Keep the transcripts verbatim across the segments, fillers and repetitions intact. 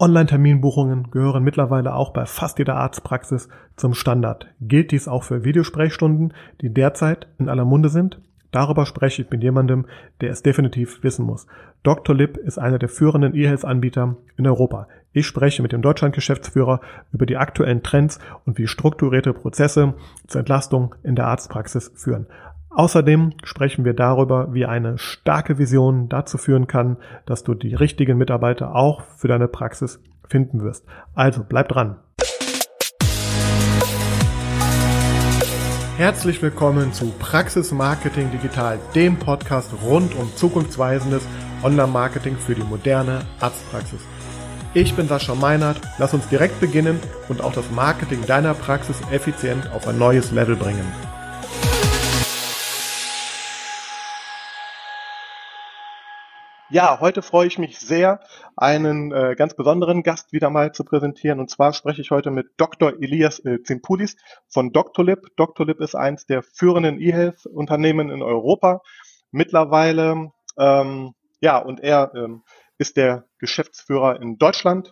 Online-Terminbuchungen gehören mittlerweile auch bei fast jeder Arztpraxis zum Standard. Gilt dies auch für Videosprechstunden, die derzeit in aller Munde sind? Darüber spreche ich mit jemandem, der es definitiv wissen muss. Doktor Lip ist einer der führenden E-Health-Anbieter in Europa. Ich spreche mit dem Deutschland-Geschäftsführer über die aktuellen Trends und wie strukturierte Prozesse zur Entlastung in der Arztpraxis führen. Außerdem sprechen wir darüber, wie eine starke Vision dazu führen kann, dass du die richtigen Mitarbeiter auch für deine Praxis finden wirst. Also bleib dran. Herzlich willkommen zu Praxis Marketing Digital, dem Podcast rund um zukunftsweisendes Online-Marketing für die moderne Arztpraxis. Ich bin Sascha Meinert, lass uns direkt beginnen und auch das Marketing deiner Praxis effizient auf ein neues Level bringen. Ja, heute freue ich mich sehr, einen äh, ganz besonderen Gast wieder mal zu präsentieren. Und zwar spreche ich heute mit Doktor Elias äh, Zimpoulis von Doktor Lip. Doktor Lip ist eins der führenden E-Health-Unternehmen in Europa mittlerweile. Ähm, ja, und er ähm, ist der Geschäftsführer in Deutschland.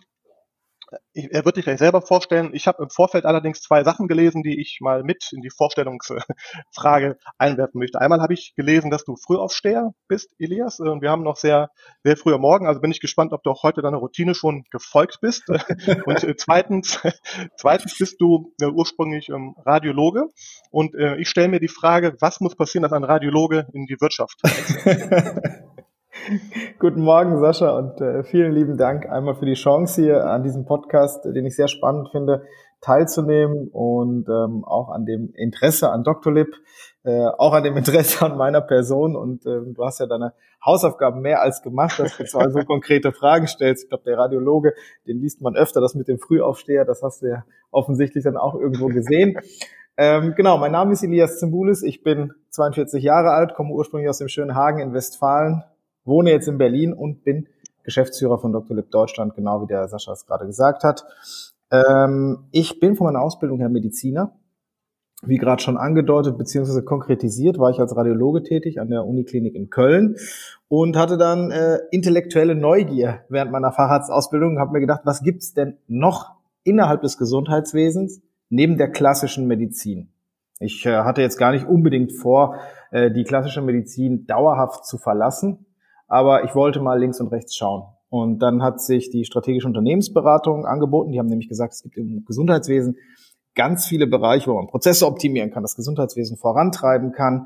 Ich, er wird sich gleich selber vorstellen. Ich habe im Vorfeld allerdings zwei Sachen gelesen, die ich mal mit in die Vorstellungsfrage einwerfen möchte. Einmal habe ich gelesen, dass du Frühaufsteher bist, Elias. Und wir haben noch sehr, sehr früher Morgen. Also bin ich gespannt, ob du auch heute deiner Routine schon gefolgt bist. Und zweitens, zweitens bist du ursprünglich Radiologe. Und ich stelle mir die Frage, was muss passieren, dass ein Radiologe in die Wirtschaft wechselt? Guten Morgen, Sascha, und äh, vielen lieben Dank einmal für die Chance hier an diesem Podcast, den ich sehr spannend finde, teilzunehmen und ähm, auch an dem Interesse an Doktor Lip, äh, auch an dem Interesse an meiner Person. Und äh, du hast ja deine Hausaufgaben mehr als gemacht, dass du zwei so konkrete Fragen stellst. Ich glaube, der Radiologe, den liest man öfter, das mit dem Frühaufsteher, das hast du ja offensichtlich dann auch irgendwo gesehen. Ähm, genau, mein Name ist Elias Zimpoulis, ich bin zweiundvierzig Jahre alt, komme ursprünglich aus dem schönen Hagen in Westfalen, wohne jetzt in Berlin und bin Geschäftsführer von Doktor Lip Deutschland, genau wie der Sascha es gerade gesagt hat. Ähm, ich bin von meiner Ausbildung her Mediziner. Wie gerade schon angedeutet bzw. konkretisiert, war ich als Radiologe tätig an der Uniklinik in Köln und hatte dann äh, intellektuelle Neugier während meiner Facharztausbildung und habe mir gedacht, was gibt's denn noch innerhalb des Gesundheitswesens neben der klassischen Medizin? Ich äh, hatte jetzt gar nicht unbedingt vor, äh, die klassische Medizin dauerhaft zu verlassen, aber ich wollte mal links und rechts schauen. Und dann hat sich die strategische Unternehmensberatung angeboten. Die haben nämlich gesagt, es gibt im Gesundheitswesen ganz viele Bereiche, wo man Prozesse optimieren kann, das Gesundheitswesen vorantreiben kann,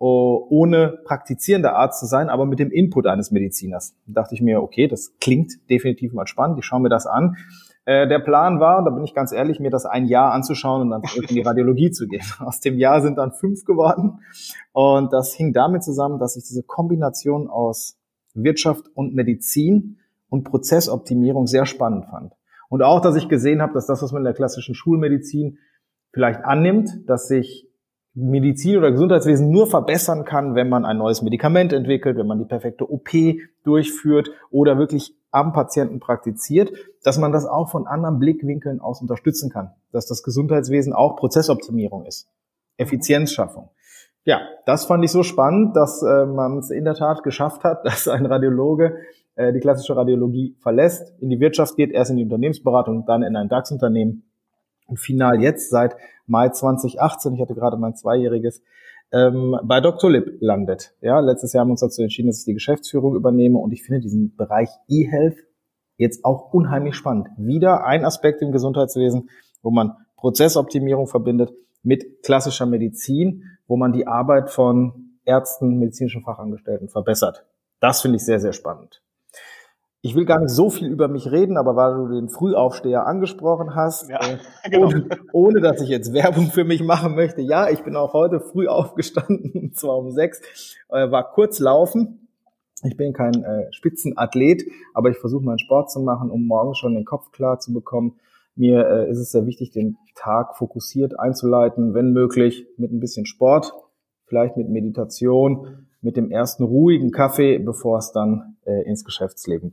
ohne praktizierender Arzt zu sein, aber mit dem Input eines Mediziners. Da dachte ich mir, okay, das klingt definitiv mal spannend. Ich schaue mir das an. Der Plan war, da bin ich ganz ehrlich, mir das ein Jahr anzuschauen und dann zurück in die Radiologie zu gehen. Aus dem Jahr sind dann fünf geworden. Und das hing damit zusammen, dass ich diese Kombination aus Wirtschaft und Medizin und Prozessoptimierung sehr spannend fand. Und auch, dass ich gesehen habe, dass das, was man in der klassischen Schulmedizin vielleicht annimmt, dass sich Medizin oder Gesundheitswesen nur verbessern kann, wenn man ein neues Medikament entwickelt, wenn man die perfekte O P durchführt oder wirklich am Patienten praktiziert, dass man das auch von anderen Blickwinkeln aus unterstützen kann, dass das Gesundheitswesen auch Prozessoptimierung ist, Effizienzschaffung. Ja, das fand ich so spannend, dass äh, man es in der Tat geschafft hat, dass ein Radiologe äh, die klassische Radiologie verlässt, in die Wirtschaft geht, erst in die Unternehmensberatung, dann in ein DAX-Unternehmen und final jetzt seit Mai zwanzig achtzehn, ich hatte gerade mein Zweijähriges, ähm, bei Doktor Lip landet. Ja, letztes Jahr haben wir uns dazu entschieden, dass ich die Geschäftsführung übernehme und ich finde diesen Bereich E-Health jetzt auch unheimlich spannend. Wieder ein Aspekt im Gesundheitswesen, wo man Prozessoptimierung verbindet mit klassischer Medizin, wo man die Arbeit von Ärzten, medizinischen Fachangestellten verbessert. Das finde ich sehr, sehr spannend. Ich will gar nicht so viel über mich reden, aber weil du den Frühaufsteher angesprochen hast, ja, äh, genau. ohne, ohne dass ich jetzt Werbung für mich machen möchte, ja, ich bin auch heute früh aufgestanden, und zwar um sechs, äh, war kurz laufen. Ich bin kein äh, Spitzenathlet, aber ich versuche meinen Sport zu machen, um morgens schon den Kopf klar zu bekommen. Mir äh, ist es sehr wichtig, den Tag fokussiert einzuleiten, wenn möglich mit ein bisschen Sport, vielleicht mit Meditation, mit dem ersten ruhigen Kaffee, bevor es dann äh, ins Geschäftsleben geht.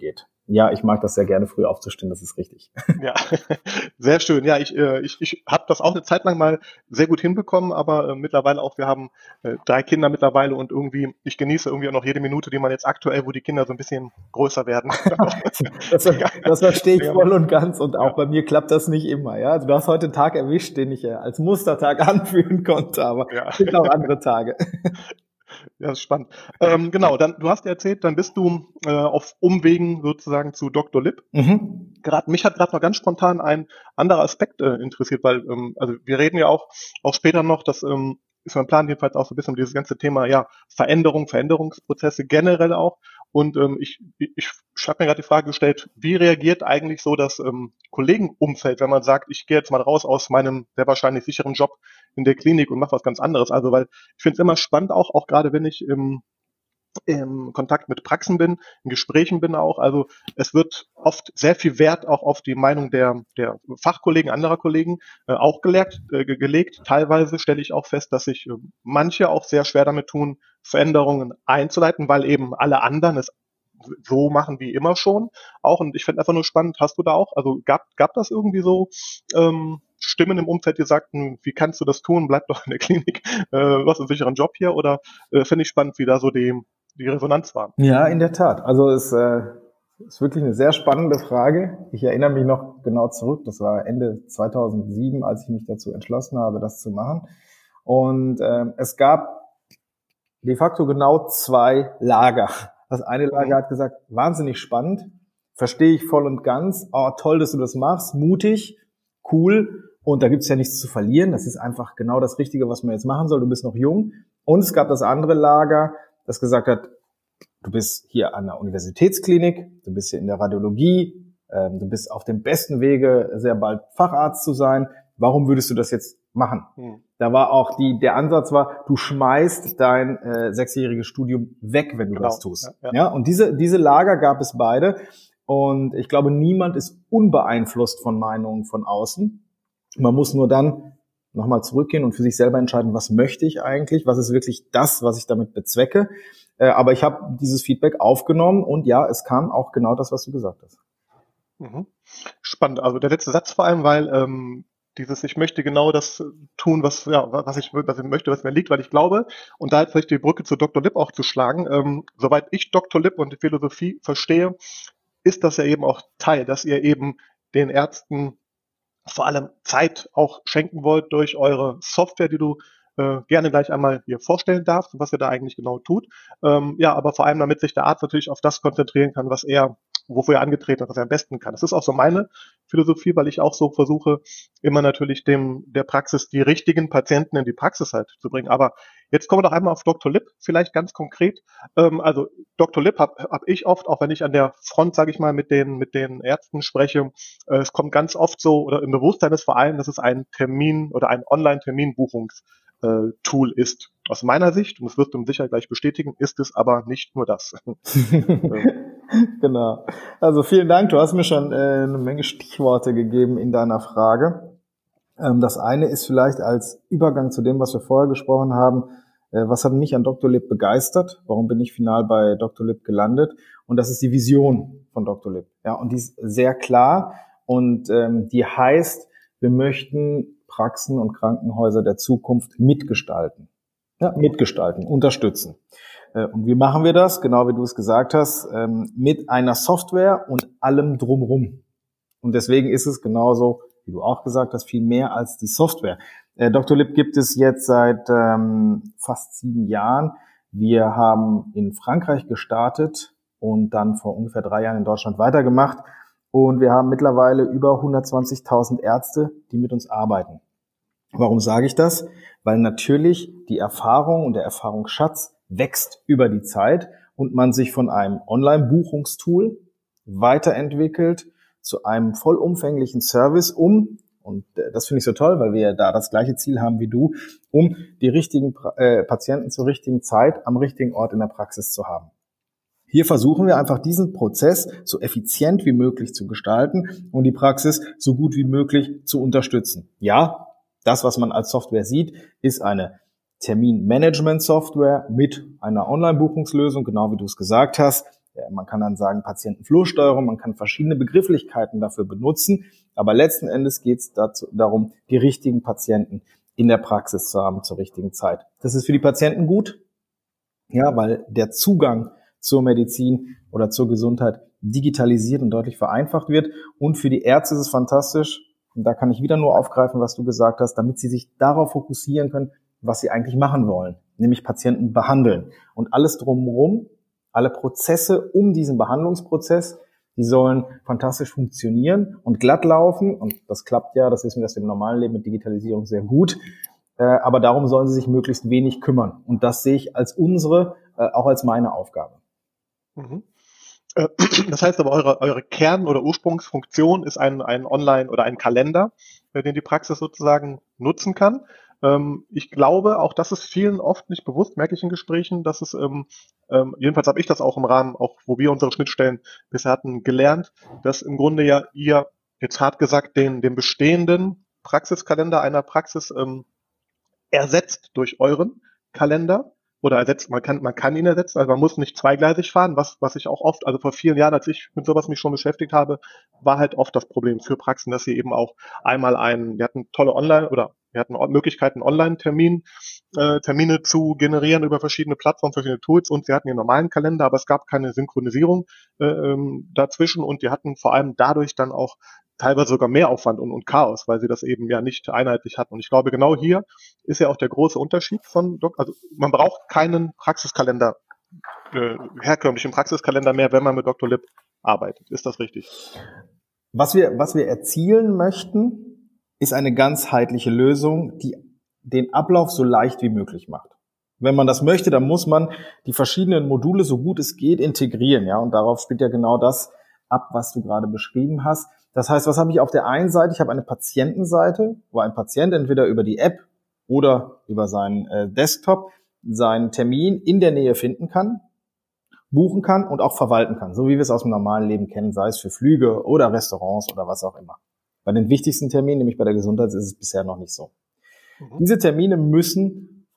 ja, ich mag das sehr gerne, früh aufzustehen, das ist richtig. Ja, sehr schön. Ja, ich, äh, ich, ich habe das auch eine Zeit lang mal sehr gut hinbekommen, aber äh, mittlerweile auch, wir haben äh, drei Kinder mittlerweile und irgendwie, ich genieße irgendwie auch noch jede Minute, die man jetzt aktuell, wo die Kinder so ein bisschen größer werden. das, das verstehe ich voll und ganz und auch ja. Bei mir klappt das nicht immer. Ja, also du hast heute einen Tag erwischt, den ich äh, als Mustertag anführen konnte, aber ja. Es gibt auch andere Tage. Ja, das ist spannend. Ähm, genau, dann, du hast ja erzählt, dann bist du äh, auf Umwegen sozusagen zu Doktor Lipp. Mhm. Gerade mich hat gerade noch ganz spontan ein anderer Aspekt äh, interessiert, weil ähm, also wir reden ja auch auch später noch, dass ähm, ist mein Plan jedenfalls auch so ein bisschen um dieses ganze Thema ja Veränderung, Veränderungsprozesse generell auch. Und ähm, ich ich, ich habe mir gerade die Frage gestellt, wie reagiert eigentlich so das ähm, Kollegenumfeld, wenn man sagt, ich gehe jetzt mal raus aus meinem sehr wahrscheinlich sicheren Job in der Klinik und mache was ganz anderes. Also weil ich finde es immer spannend auch, auch gerade wenn ich im im Kontakt mit Praxen bin, in Gesprächen bin auch. Also es wird oft sehr viel Wert auch auf die Meinung der, der Fachkollegen, anderer Kollegen äh, auch gelegt, äh, gelegt. Teilweise stelle ich auch fest, dass sich äh, manche auch sehr schwer damit tun, Veränderungen einzuleiten, weil eben alle anderen es so machen wie immer schon auch. Und ich finde einfach nur spannend, hast du da auch, also gab gab das irgendwie so ähm, Stimmen im Umfeld, die sagten, wie kannst du das tun, bleib doch in der Klinik, äh, du hast einen sicheren Job hier, oder äh, finde ich spannend, wie da so die die Resonanz war. Ja, in der Tat. Also es äh, ist wirklich eine sehr spannende Frage. Ich erinnere mich noch genau zurück. Das war Ende zweitausendsieben, als ich mich dazu entschlossen habe, das zu machen. Und ähm, es gab de facto genau zwei Lager. Das eine Lager mhm. hat gesagt, wahnsinnig spannend, verstehe ich voll und ganz. Oh, toll, dass du das machst, mutig, cool. Und da gibt's ja nichts zu verlieren. Das ist einfach genau das Richtige, was man jetzt machen soll. Du bist noch jung. Und es gab das andere Lager, das gesagt hat, du bist hier an der Universitätsklinik, du bist hier in der Radiologie, ähm, du bist auf dem besten Wege, sehr bald Facharzt zu sein. Warum würdest du das jetzt machen? Hm. Da war auch die, der Ansatz war, du schmeißt dein äh, sechsjähriges Studium weg, wenn du genau. das tust. Ja, ja. ja, und diese, diese Lager gab es beide. Und ich glaube, niemand ist unbeeinflusst von Meinungen von außen. Man muss nur dann nochmal zurückgehen und für sich selber entscheiden, was möchte ich eigentlich, was ist wirklich das, was ich damit bezwecke. Äh, aber ich habe dieses Feedback aufgenommen und ja, es kam auch genau das, was du gesagt hast. Mhm. Spannend, also der letzte Satz vor allem, weil ähm, dieses, ich möchte genau das tun, was ja, was ich, was ich möchte, was mir liegt, weil ich glaube, und da jetzt vielleicht die Brücke zu Doktor Lipp auch zu schlagen, ähm, soweit ich Doktor Lipp und die Philosophie verstehe, ist das ja eben auch Teil, dass ihr eben den Ärzten vor allem Zeit auch schenken wollt durch eure Software, die du äh, gerne gleich einmal hier vorstellen darfst, was ihr da eigentlich genau tut. Ähm, ja, aber vor allem, damit sich der Arzt natürlich auf das konzentrieren kann, was er, wofür er angetreten hat, was er am besten kann. Das ist auch so meine Philosophie, weil ich auch so versuche, immer natürlich dem der Praxis die richtigen Patienten in die Praxis halt zu bringen. Aber jetzt kommen wir doch einmal auf Doktor Lipp, vielleicht ganz konkret. Ähm, also Doktor Lipp habe hab ich oft, auch wenn ich an der Front, sage ich mal, mit den mit den Ärzten spreche, äh, es kommt ganz oft so, oder im Bewusstsein ist vor allem, dass es ein Termin oder ein Online-Terminbuchungs äh, Tool ist. Aus meiner Sicht, und das wirst du sicher gleich bestätigen, ist es aber nicht nur das. Genau. Also vielen Dank. Du hast mir schon äh, eine Menge Stichworte gegeben in deiner Frage. Ähm, das eine ist vielleicht als Übergang zu dem, was wir vorher gesprochen haben. Äh, was hat mich an Doktor Lipp begeistert? Warum bin ich final bei Doktor Lipp gelandet? Und das ist die Vision von Doktor Lipp. Ja, und die ist sehr klar und ähm, die heißt, wir möchten Praxen und Krankenhäuser der Zukunft mitgestalten. Ja, mitgestalten, unterstützen. Und wie machen wir das? Genau wie du es gesagt hast, mit einer Software und allem drumherum. Und deswegen ist es genauso, wie du auch gesagt hast, viel mehr als die Software. Doktor Lipp gibt es jetzt seit ähm, fast sieben Jahren. Wir haben in Frankreich gestartet und dann vor ungefähr drei Jahren in Deutschland weitergemacht. Und wir haben mittlerweile über hundertzwanzigtausend Ärzte, die mit uns arbeiten. Warum sage ich das? Weil natürlich die Erfahrung und der Erfahrungsschatz wächst über die Zeit und man sich von einem Online-Buchungstool weiterentwickelt zu einem vollumfänglichen Service, um, und das finde ich so toll, weil wir ja da das gleiche Ziel haben wie du, um die richtigen äh, Patienten zur richtigen Zeit am richtigen Ort in der Praxis zu haben. Hier versuchen wir einfach diesen Prozess so effizient wie möglich zu gestalten und die Praxis so gut wie möglich zu unterstützen. Ja, das, was man als Software sieht, ist eine Terminmanagement-Software mit einer Online-Buchungslösung, genau wie du es gesagt hast. Ja, man kann dann sagen Patientenflursteuerung, man kann verschiedene Begrifflichkeiten dafür benutzen, aber letzten Endes geht es darum, die richtigen Patienten in der Praxis zu haben zur richtigen Zeit. Das ist für die Patienten gut, ja, weil der Zugang zur Medizin oder zur Gesundheit digitalisiert und deutlich vereinfacht wird. Und für die Ärzte ist es fantastisch, und da kann ich wieder nur aufgreifen, was du gesagt hast, damit sie sich darauf fokussieren können, was sie eigentlich machen wollen, nämlich Patienten behandeln. Und alles drumherum, alle Prozesse um diesen Behandlungsprozess, die sollen fantastisch funktionieren und glatt laufen. Und das klappt ja, das wissen wir aus dem normalen Leben mit Digitalisierung sehr gut. Aber darum sollen sie sich möglichst wenig kümmern. Und das sehe ich als unsere, auch als meine Aufgabe. Mhm. Das heißt aber, eure, eure Kern- oder Ursprungsfunktion ist ein, ein Online- oder ein Kalender, den die Praxis sozusagen nutzen kann. Ich glaube, auch das ist vielen oft nicht bewusst, merke ich in Gesprächen, dass es, ähm, ähm, jedenfalls habe ich das auch im Rahmen, auch wo wir unsere Schnittstellen bisher hatten, gelernt, dass im Grunde ja ihr, jetzt hart gesagt, den, den bestehenden Praxiskalender einer Praxis ähm, ersetzt durch euren Kalender oder ersetzt, man kann, man kann ihn ersetzen, also man muss nicht zweigleisig fahren, was, was ich auch oft, also vor vielen Jahren, als ich mit sowas mich schon beschäftigt habe, war halt oft das Problem für Praxen, dass sie eben auch einmal einen, wir hatten tolle Online- oder wir hatten Möglichkeiten, Online-Termin, äh, Termine zu generieren über verschiedene Plattformen, verschiedene Tools und sie hatten ihren normalen Kalender, aber es gab keine Synchronisierung äh, ähm, dazwischen und die hatten vor allem dadurch dann auch teilweise sogar mehr Aufwand und, und Chaos, weil sie das eben ja nicht einheitlich hatten. Und ich glaube, genau hier ist ja auch der große Unterschied von Doc. Also man braucht keinen Praxiskalender, äh, herkömmlichen Praxiskalender mehr, wenn man mit Doktor Lipp arbeitet. Ist das richtig? Was wir, was wir erzielen möchten, ist eine ganzheitliche Lösung, die den Ablauf so leicht wie möglich macht. Wenn man das möchte, dann muss man die verschiedenen Module so gut es geht integrieren, ja. Und darauf spielt ja genau das ab, was du gerade beschrieben hast. Das heißt, was habe ich auf der einen Seite? Ich habe eine Patientenseite, wo ein Patient entweder über die App oder über seinen äh, Desktop seinen Termin in der Nähe finden kann, buchen kann und auch verwalten kann, so wie wir es aus dem normalen Leben kennen, sei es für Flüge oder Restaurants oder was auch immer. Bei den wichtigsten Terminen, nämlich bei der Gesundheit, ist es bisher noch nicht so. Mhm. Diese Termine müssen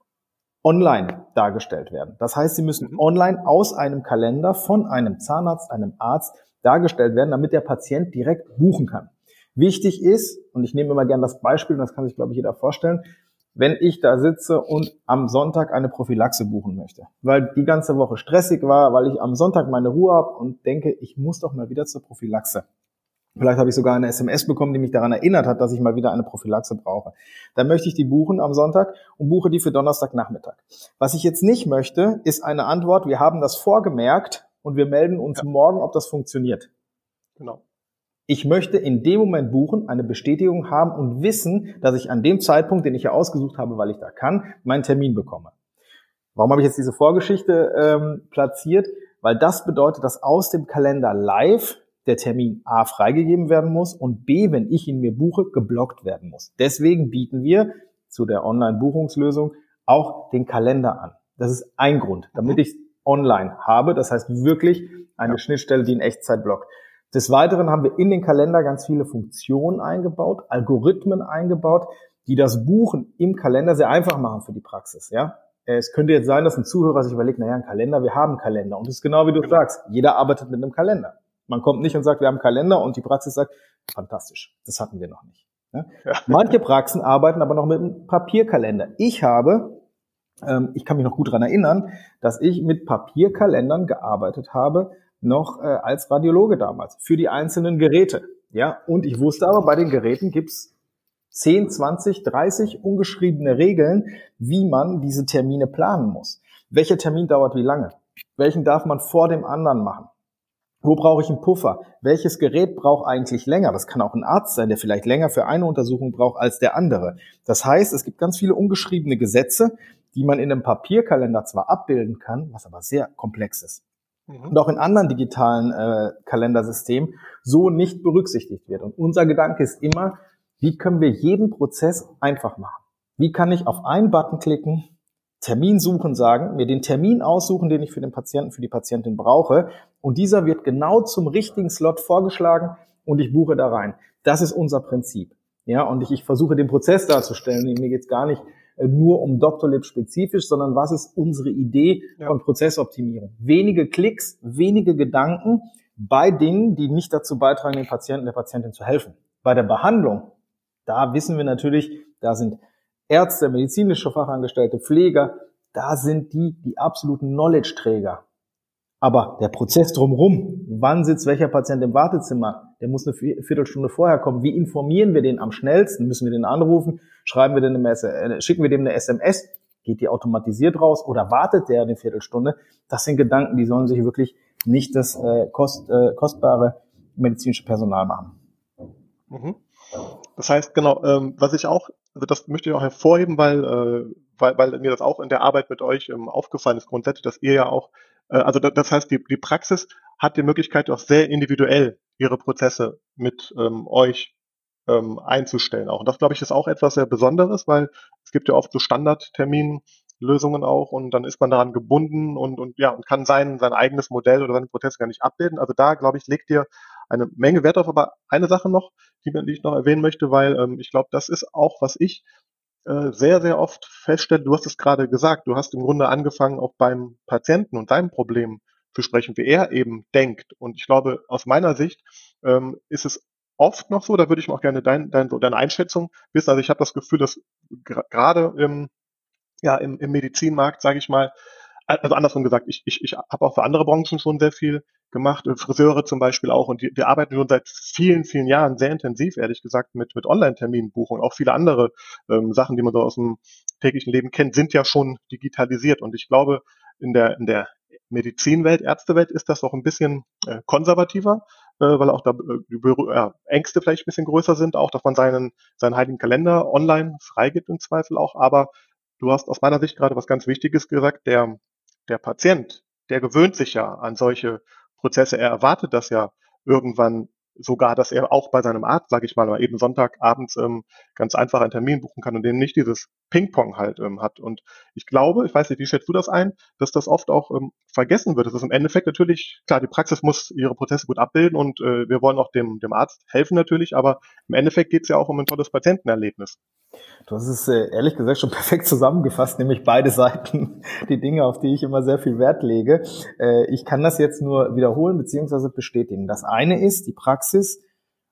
online dargestellt werden. Das heißt, sie müssen mhm. online aus einem Kalender von einem Zahnarzt, einem Arzt dargestellt werden, damit der Patient direkt buchen kann. Wichtig ist, und ich nehme immer gerne das Beispiel, und das kann sich, glaube ich, jeder vorstellen, wenn ich da sitze und am Sonntag eine Prophylaxe buchen möchte, weil die ganze Woche stressig war, weil ich am Sonntag meine Ruhe habe und denke, ich muss doch mal wieder zur Prophylaxe. Vielleicht habe ich sogar eine S M S bekommen, die mich daran erinnert hat, dass ich mal wieder eine Prophylaxe brauche. Dann möchte ich die buchen am Sonntag und buche die für Donnerstagnachmittag. Was ich jetzt nicht möchte, ist eine Antwort, wir haben das vorgemerkt und wir melden uns ja. morgen, ob das funktioniert. Genau. Ich möchte in dem Moment buchen, eine Bestätigung haben und wissen, dass ich an dem Zeitpunkt, den ich ja ausgesucht habe, weil ich da kann, meinen Termin bekomme. Warum habe ich jetzt diese Vorgeschichte ähm, platziert? Weil das bedeutet, dass aus dem Kalender live der Termin A freigegeben werden muss und B, wenn ich ihn mir buche, geblockt werden muss. Deswegen bieten wir zu der Online-Buchungslösung auch den Kalender an. Das ist ein Grund, damit mhm. ich es online habe. Das heißt wirklich eine ja. Schnittstelle, die in Echtzeit blockt. Des Weiteren haben wir in den Kalender ganz viele Funktionen eingebaut, Algorithmen eingebaut, die das Buchen im Kalender sehr einfach machen für die Praxis. Ja, es könnte jetzt sein, dass ein Zuhörer sich überlegt, naja, ein Kalender, wir haben einen Kalender. Und das ist genau wie du genau. sagst, jeder arbeitet mit einem Kalender. Man kommt nicht und sagt, wir haben einen Kalender und die Praxis sagt, fantastisch, das hatten wir noch nicht. Ja? Ja. Manche Praxen arbeiten aber noch mit einem Papierkalender. Ich habe, ähm, ich kann mich noch gut daran erinnern, dass ich mit Papierkalendern gearbeitet habe, noch äh, als Radiologe damals, für die einzelnen Geräte. Ja, und ich wusste aber, bei den Geräten gibt's zehn, zwanzig, dreißig ungeschriebene Regeln, wie man diese Termine planen muss. Welcher Termin dauert wie lange? Welchen darf man vor dem anderen machen? Wo brauche ich einen Puffer? Welches Gerät braucht eigentlich länger? Das kann auch ein Arzt sein, der vielleicht länger für eine Untersuchung braucht als der andere. Das heißt, es gibt ganz viele ungeschriebene Gesetze, die man in einem Papierkalender zwar abbilden kann, was aber sehr komplex ist. Und auch in anderen digitalen äh, Kalendersystemen so nicht berücksichtigt wird. Und unser Gedanke ist immer, wie können wir jeden Prozess einfach machen? Wie kann ich auf einen Button klicken, Termin suchen sagen, mir den Termin aussuchen, den ich für den Patienten, für die Patientin brauche, und dieser wird genau zum richtigen Slot vorgeschlagen und ich buche da rein. Das ist unser Prinzip. Ja, und ich, ich versuche den Prozess darzustellen. Mir geht es gar nicht äh, nur um Doctolib spezifisch, sondern was ist unsere Idee Ja. von Prozessoptimierung? Wenige Klicks, wenige Gedanken bei Dingen, die nicht dazu beitragen, den Patienten, der Patientin zu helfen. Bei der Behandlung, da wissen wir natürlich, da sind Ärzte, medizinische Fachangestellte, Pfleger, da sind die die absoluten Knowledge-Träger. Aber der Prozess drumherum, wann sitzt welcher Patient im Wartezimmer, der muss eine Viertelstunde vorher kommen. Wie informieren wir den am schnellsten? Müssen wir den anrufen? Schreiben wir den eine S M S? Schicken wir dem eine S M S? Geht die automatisiert raus oder wartet der eine Viertelstunde? Das sind Gedanken, die sollen sich wirklich nicht das äh, kost, äh, kostbare medizinische Personal machen. Mhm. Das heißt, genau, ähm, was ich auch, also das möchte ich auch hervorheben, weil, äh, weil, weil mir das auch in der Arbeit mit euch ähm, aufgefallen ist, grundsätzlich, dass ihr ja auch, äh, also da, das heißt, die, die Praxis hat die Möglichkeit, auch sehr individuell ihre Prozesse mit ähm, euch ähm, einzustellen auch. Und das, glaube ich, ist auch etwas sehr Besonderes, weil es gibt ja oft so Standardterminlösungen auch und dann ist man daran gebunden und, und ja, und kann sein, sein eigenes Modell oder seine Prozesse gar nicht abbilden. Also da, glaube ich, legt ihr eine Menge Wert auf, aber eine Sache noch, die, die ich noch erwähnen möchte, weil ähm, ich glaube, das ist auch, was ich äh, sehr, sehr oft feststelle. Du hast es gerade gesagt, du hast im Grunde angefangen, auch beim Patienten und seinem Problem zu sprechen, wie er eben denkt. Und ich glaube, aus meiner Sicht ähm, ist es oft noch so, da würde ich mal auch gerne dein, dein, deine Einschätzung wissen. Also ich habe das Gefühl, dass gra- gerade im, ja, im, im Medizinmarkt, sage ich mal, also andersrum gesagt, ich, ich, ich habe auch für andere Branchen schon sehr viel gemacht, äh, Friseure zum Beispiel auch, und die, die arbeiten schon seit vielen, vielen Jahren sehr intensiv, ehrlich gesagt, mit, mit Online-Terminbuchung. Auch viele andere ähm, Sachen, die man so aus dem täglichen Leben kennt, sind ja schon digitalisiert. Und ich glaube, in der, in der Medizinwelt, Ärztewelt ist das auch ein bisschen äh, konservativer, äh, weil auch da äh, die Büro, ja, Ängste vielleicht ein bisschen größer sind, auch dass man seinen, seinen heiligen Kalender online freigibt im Zweifel auch. Aber du hast aus meiner Sicht gerade was ganz Wichtiges gesagt, der der Patient, der gewöhnt sich ja an solche Prozesse. Er erwartet das ja irgendwann sogar, dass er auch bei seinem Arzt, sage ich mal, mal eben Sonntagabends ähm, ganz einfach einen Termin buchen kann und dem nicht dieses Ping-Pong halt ähm, hat. Und ich glaube, ich weiß nicht, wie schätzt du das ein, dass das oft auch ähm, vergessen wird. Das ist im Endeffekt natürlich, klar, die Praxis muss ihre Prozesse gut abbilden und äh, wir wollen auch dem, dem Arzt helfen natürlich, aber im Endeffekt geht es ja auch um ein tolles Patientenerlebnis. Du hast es äh, ehrlich gesagt schon perfekt zusammengefasst, nämlich beide Seiten, die Dinge, auf die ich immer sehr viel Wert lege. Äh, ich kann das jetzt nur wiederholen bzw. bestätigen. Das eine ist, die Praxis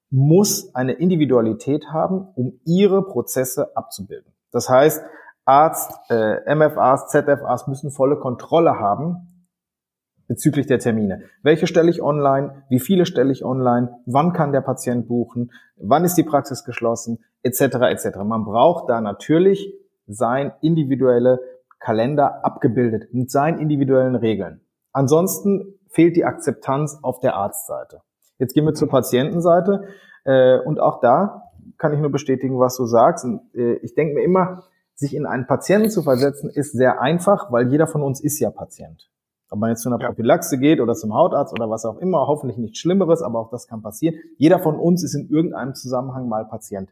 muss eine Individualität haben, um ihre Prozesse abzubilden. Das heißt, Arzt, äh, M F As, Z F As müssen volle Kontrolle haben bezüglich der Termine. Welche stelle ich online? Wie viele stelle ich online? Wann kann der Patient buchen? Wann ist die Praxis geschlossen? Etc. et cetera. Man braucht da natürlich sein individuelle Kalender abgebildet mit seinen individuellen Regeln. Ansonsten fehlt die Akzeptanz auf der Arztseite. Jetzt gehen wir zur Patientenseite äh, und auch da kann ich nur bestätigen, was du sagst. Und, äh, ich denke mir immer, sich in einen Patienten zu versetzen, ist sehr einfach, weil jeder von uns ist ja Patient. Ob man jetzt zu einer Ja. Prophylaxe geht oder zum Hautarzt oder was auch immer, hoffentlich nichts Schlimmeres, aber auch das kann passieren. Jeder von uns ist in irgendeinem Zusammenhang mal Patient.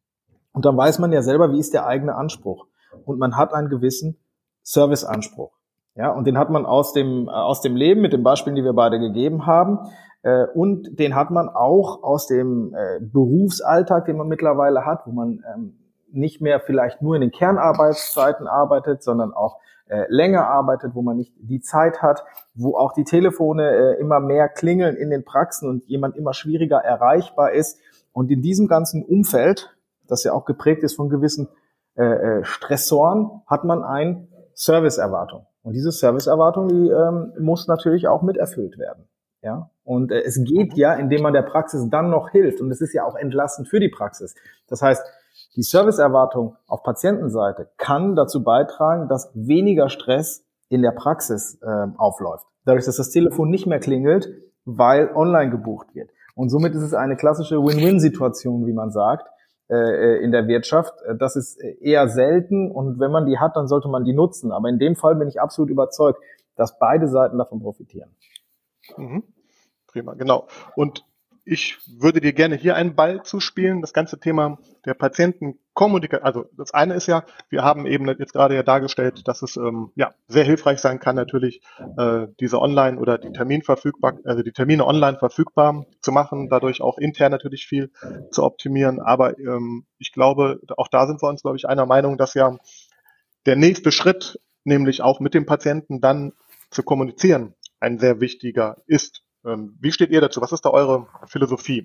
Und dann weiß man ja selber, wie ist der eigene Anspruch. Und man hat einen gewissen Serviceanspruch. Ja, und den hat man aus dem, äh, aus dem Leben, mit den Beispielen, die wir beide gegeben haben. Äh, und den hat man auch aus dem äh, Berufsalltag, den man mittlerweile hat, wo man ähm, nicht mehr vielleicht nur in den Kernarbeitszeiten arbeitet, sondern auch äh, länger arbeitet, wo man nicht die Zeit hat, wo auch die Telefone äh, immer mehr klingeln in den Praxen und jemand immer schwieriger erreichbar ist. Und in diesem ganzen Umfeld, das ja auch geprägt ist von gewissen äh, äh, Stressoren, hat man eine Serviceerwartung. Und diese Serviceerwartung, die ähm, muss natürlich auch miterfüllt werden. Ja, und äh, es geht ja, indem man der Praxis dann noch hilft. Und es ist ja auch entlastend für die Praxis. Das heißt, die Serviceerwartung auf Patientenseite kann dazu beitragen, dass weniger Stress in der Praxis äh, aufläuft. Dadurch, dass das Telefon nicht mehr klingelt, weil online gebucht wird. Und somit ist es eine klassische Win-Win-Situation, wie man sagt, äh, in der Wirtschaft. Das ist eher selten und wenn man die hat, dann sollte man die nutzen. Aber in dem Fall bin ich absolut überzeugt, dass beide Seiten davon profitieren. Mhm. Prima, genau. Und ich würde dir gerne hier einen Ball zuspielen, das ganze Thema der Patientenkommunikation. Also das eine ist ja, wir haben eben jetzt gerade ja dargestellt, dass es ähm, ja sehr hilfreich sein kann, natürlich äh, diese Online oder die Terminverfügbar, also die Termine online verfügbar zu machen, dadurch auch intern natürlich viel zu optimieren. Aber ähm, ich glaube, auch da sind wir uns, glaube ich, einer Meinung, dass ja der nächste Schritt, nämlich auch mit dem Patienten dann zu kommunizieren, ein sehr wichtiger ist. Ähm, wie steht ihr dazu? Was ist da eure Philosophie?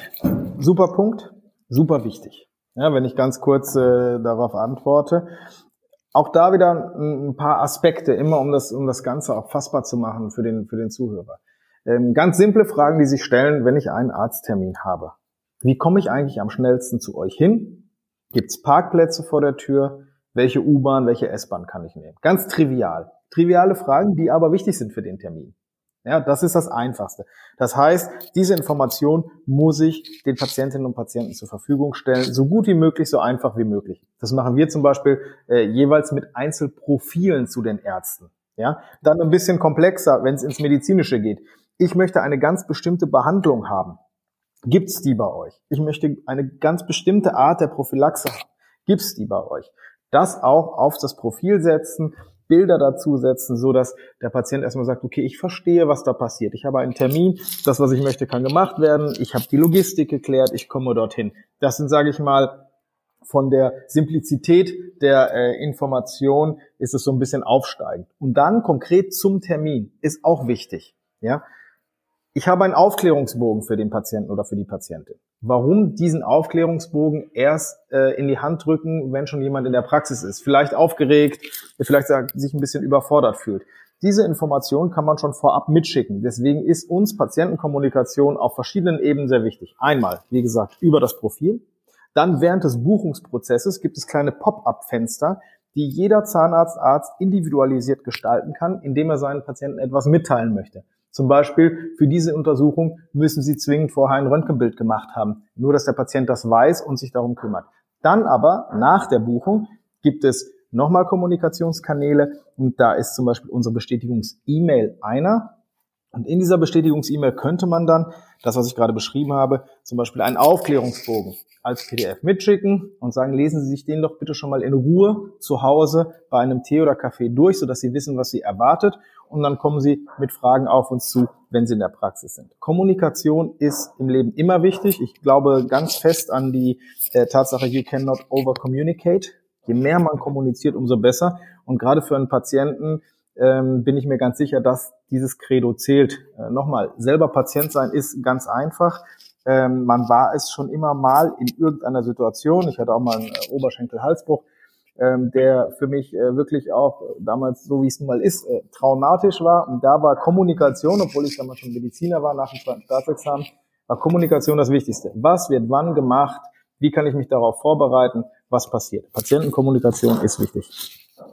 Super Punkt, super wichtig. Ja, wenn ich ganz kurz äh, darauf antworte. Auch da wieder ein paar Aspekte, immer um das, um das Ganze auch fassbar zu machen für den, für den Zuhörer. Ähm, ganz simple Fragen, die sich stellen, wenn ich einen Arzttermin habe. Wie komme ich eigentlich am schnellsten zu euch hin? Gibt es Parkplätze vor der Tür? Welche U-Bahn, welche S-Bahn kann ich nehmen? Ganz trivial. Triviale Fragen, die aber wichtig sind für den Termin. Ja, das ist das Einfachste. Das heißt, diese Information muss ich den Patientinnen und Patienten zur Verfügung stellen, so gut wie möglich, so einfach wie möglich. Das machen wir zum Beispiel äh, jeweils mit Einzelprofilen zu den Ärzten. Ja, dann ein bisschen komplexer, wenn es ins Medizinische geht. Ich möchte eine ganz bestimmte Behandlung haben. Gibt's die bei euch? Ich möchte eine ganz bestimmte Art der Prophylaxe haben. Gibt's die bei euch? Das auch auf das Profil setzen, Bilder dazu setzen, so dass der Patient erstmal sagt, okay, ich verstehe, was da passiert. Ich habe einen Termin, das, was ich möchte, kann gemacht werden. Ich habe die Logistik geklärt, ich komme dorthin. Das sind, sage ich mal, von der Simplizität der äh, Information ist es so ein bisschen aufsteigend. Und dann konkret zum Termin ist auch wichtig. Ja, ich habe einen Aufklärungsbogen für den Patienten oder für die Patientin. Warum diesen Aufklärungsbogen erst äh, in die Hand drücken, wenn schon jemand in der Praxis ist? Vielleicht aufgeregt, vielleicht sich ein bisschen überfordert fühlt. Diese Information kann man schon vorab mitschicken. Deswegen ist uns Patientenkommunikation auf verschiedenen Ebenen sehr wichtig. Einmal, wie gesagt, über das Profil. Dann während des Buchungsprozesses gibt es kleine Pop-up-Fenster, die jeder Zahnarzt, Arzt individualisiert gestalten kann, indem er seinen Patienten etwas mitteilen möchte. Zum Beispiel, für diese Untersuchung müssen Sie zwingend vorher ein Röntgenbild gemacht haben. Nur, dass der Patient das weiß und sich darum kümmert. Dann aber, nach der Buchung, gibt es nochmal Kommunikationskanäle. Und da ist zum Beispiel unsere Bestätigungs-E-Mail einer. Und in dieser Bestätigungs-E-Mail könnte man dann, das, was ich gerade beschrieben habe, zum Beispiel einen Aufklärungsbogen als P D F mitschicken und sagen, lesen Sie sich den doch bitte schon mal in Ruhe zu Hause bei einem Tee oder Kaffee durch, sodass Sie wissen, was Sie erwartet. Und dann kommen Sie mit Fragen auf uns zu, wenn Sie in der Praxis sind. Kommunikation ist im Leben immer wichtig. Ich glaube ganz fest an die äh, Tatsache, you cannot over-communicate. Je mehr man kommuniziert, umso besser. Und gerade für einen Patienten ähm, bin ich mir ganz sicher, dass dieses Credo zählt. Äh, nochmal, selber Patient sein ist ganz einfach. Ähm, man war es schon immer mal in irgendeiner Situation. Ich hatte auch mal einen äh, Oberschenkel-Halsbruch, ähm, der für mich äh, wirklich auch äh, damals, so wie es nun mal ist, äh, traumatisch war. Und da war Kommunikation, obwohl ich damals schon Mediziner war, nach dem zweiten Staatsexamen, war Kommunikation das Wichtigste. Was wird wann gemacht? Wie kann ich mich darauf vorbereiten? Was passiert? Patientenkommunikation ist wichtig.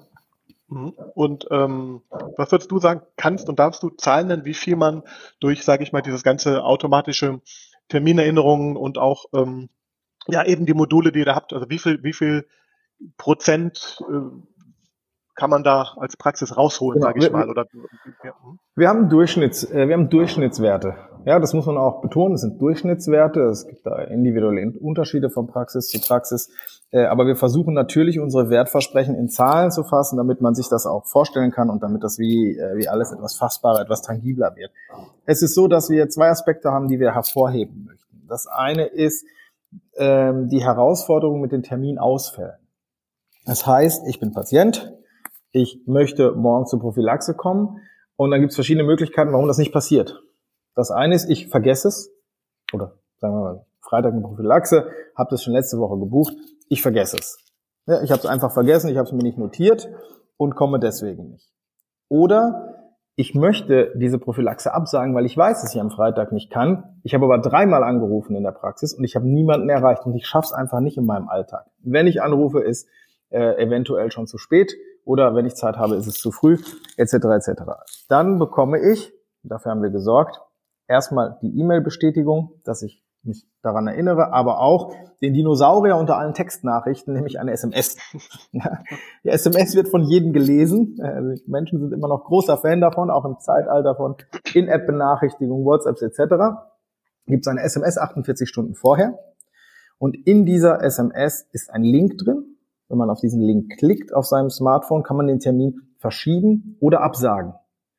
Und ähm, was würdest du sagen, kannst und darfst du Zahlen nennen, wie viel man durch, sage ich mal, dieses ganze automatische Terminerinnerungen und auch ähm, ja eben die Module, die ihr da habt, also wie viel, wie viel Prozent äh, kann man da als Praxis rausholen, Genau. sage ich mal? Oder, ja. Wir haben Durchschnitts, äh, wir haben Durchschnittswerte. Ja, das muss man auch betonen. Es sind Durchschnittswerte. Es gibt da individuelle Unterschiede von Praxis zu Praxis. Äh, aber wir versuchen natürlich, unsere Wertversprechen in Zahlen zu fassen, damit man sich das auch vorstellen kann und damit das wie, äh, wie alles etwas fassbarer, etwas tangibler wird. Es ist so, dass wir zwei Aspekte haben, die wir hervorheben möchten. Das eine ist ähm, die Herausforderung mit den Terminausfällen. Das heißt, ich bin Patient. Ich möchte morgen zur Prophylaxe kommen und dann gibt es verschiedene Möglichkeiten, warum das nicht passiert. Das eine ist, ich vergesse es, oder sagen wir mal, Freitag eine Prophylaxe, habe das schon letzte Woche gebucht, ich vergesse es. Ja, ich habe es einfach vergessen, ich habe es mir nicht notiert und komme deswegen nicht. Oder ich möchte diese Prophylaxe absagen, weil ich weiß, dass ich am Freitag nicht kann. Ich habe aber dreimal angerufen in der Praxis und ich habe niemanden erreicht und ich schaffe es einfach nicht in meinem Alltag. Wenn ich anrufe, ist äh, eventuell schon zu spät. Oder wenn ich Zeit habe, ist es zu früh, et cetera et cetera. Dann bekomme ich, dafür haben wir gesorgt, erstmal die E-Mail-Bestätigung, dass ich mich daran erinnere, aber auch den Dinosaurier unter allen Textnachrichten, nämlich eine S M S. Die S M S wird von jedem gelesen. Die Menschen sind immer noch großer Fan davon, auch im Zeitalter von In-App-Benachrichtigungen, WhatsApps et cetera. Gibt es eine S M S achtundvierzig Stunden vorher. Und in dieser S M S ist ein Link drin. Wenn man auf diesen Link klickt auf seinem Smartphone, kann man den Termin verschieben oder absagen.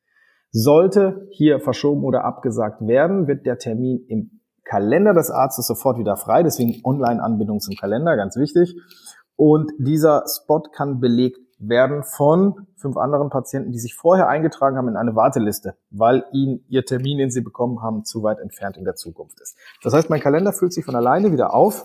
Sollte hier verschoben oder abgesagt werden, wird der Termin im Kalender des Arztes sofort wieder frei. Deswegen Online-Anbindung zum Kalender, ganz wichtig. Und dieser Spot kann belegt werden von fünf anderen Patienten, die sich vorher eingetragen haben, in eine Warteliste, weil ihnen ihr Termin, den sie bekommen haben, zu weit entfernt in der Zukunft ist. Das heißt, mein Kalender füllt sich von alleine wieder auf,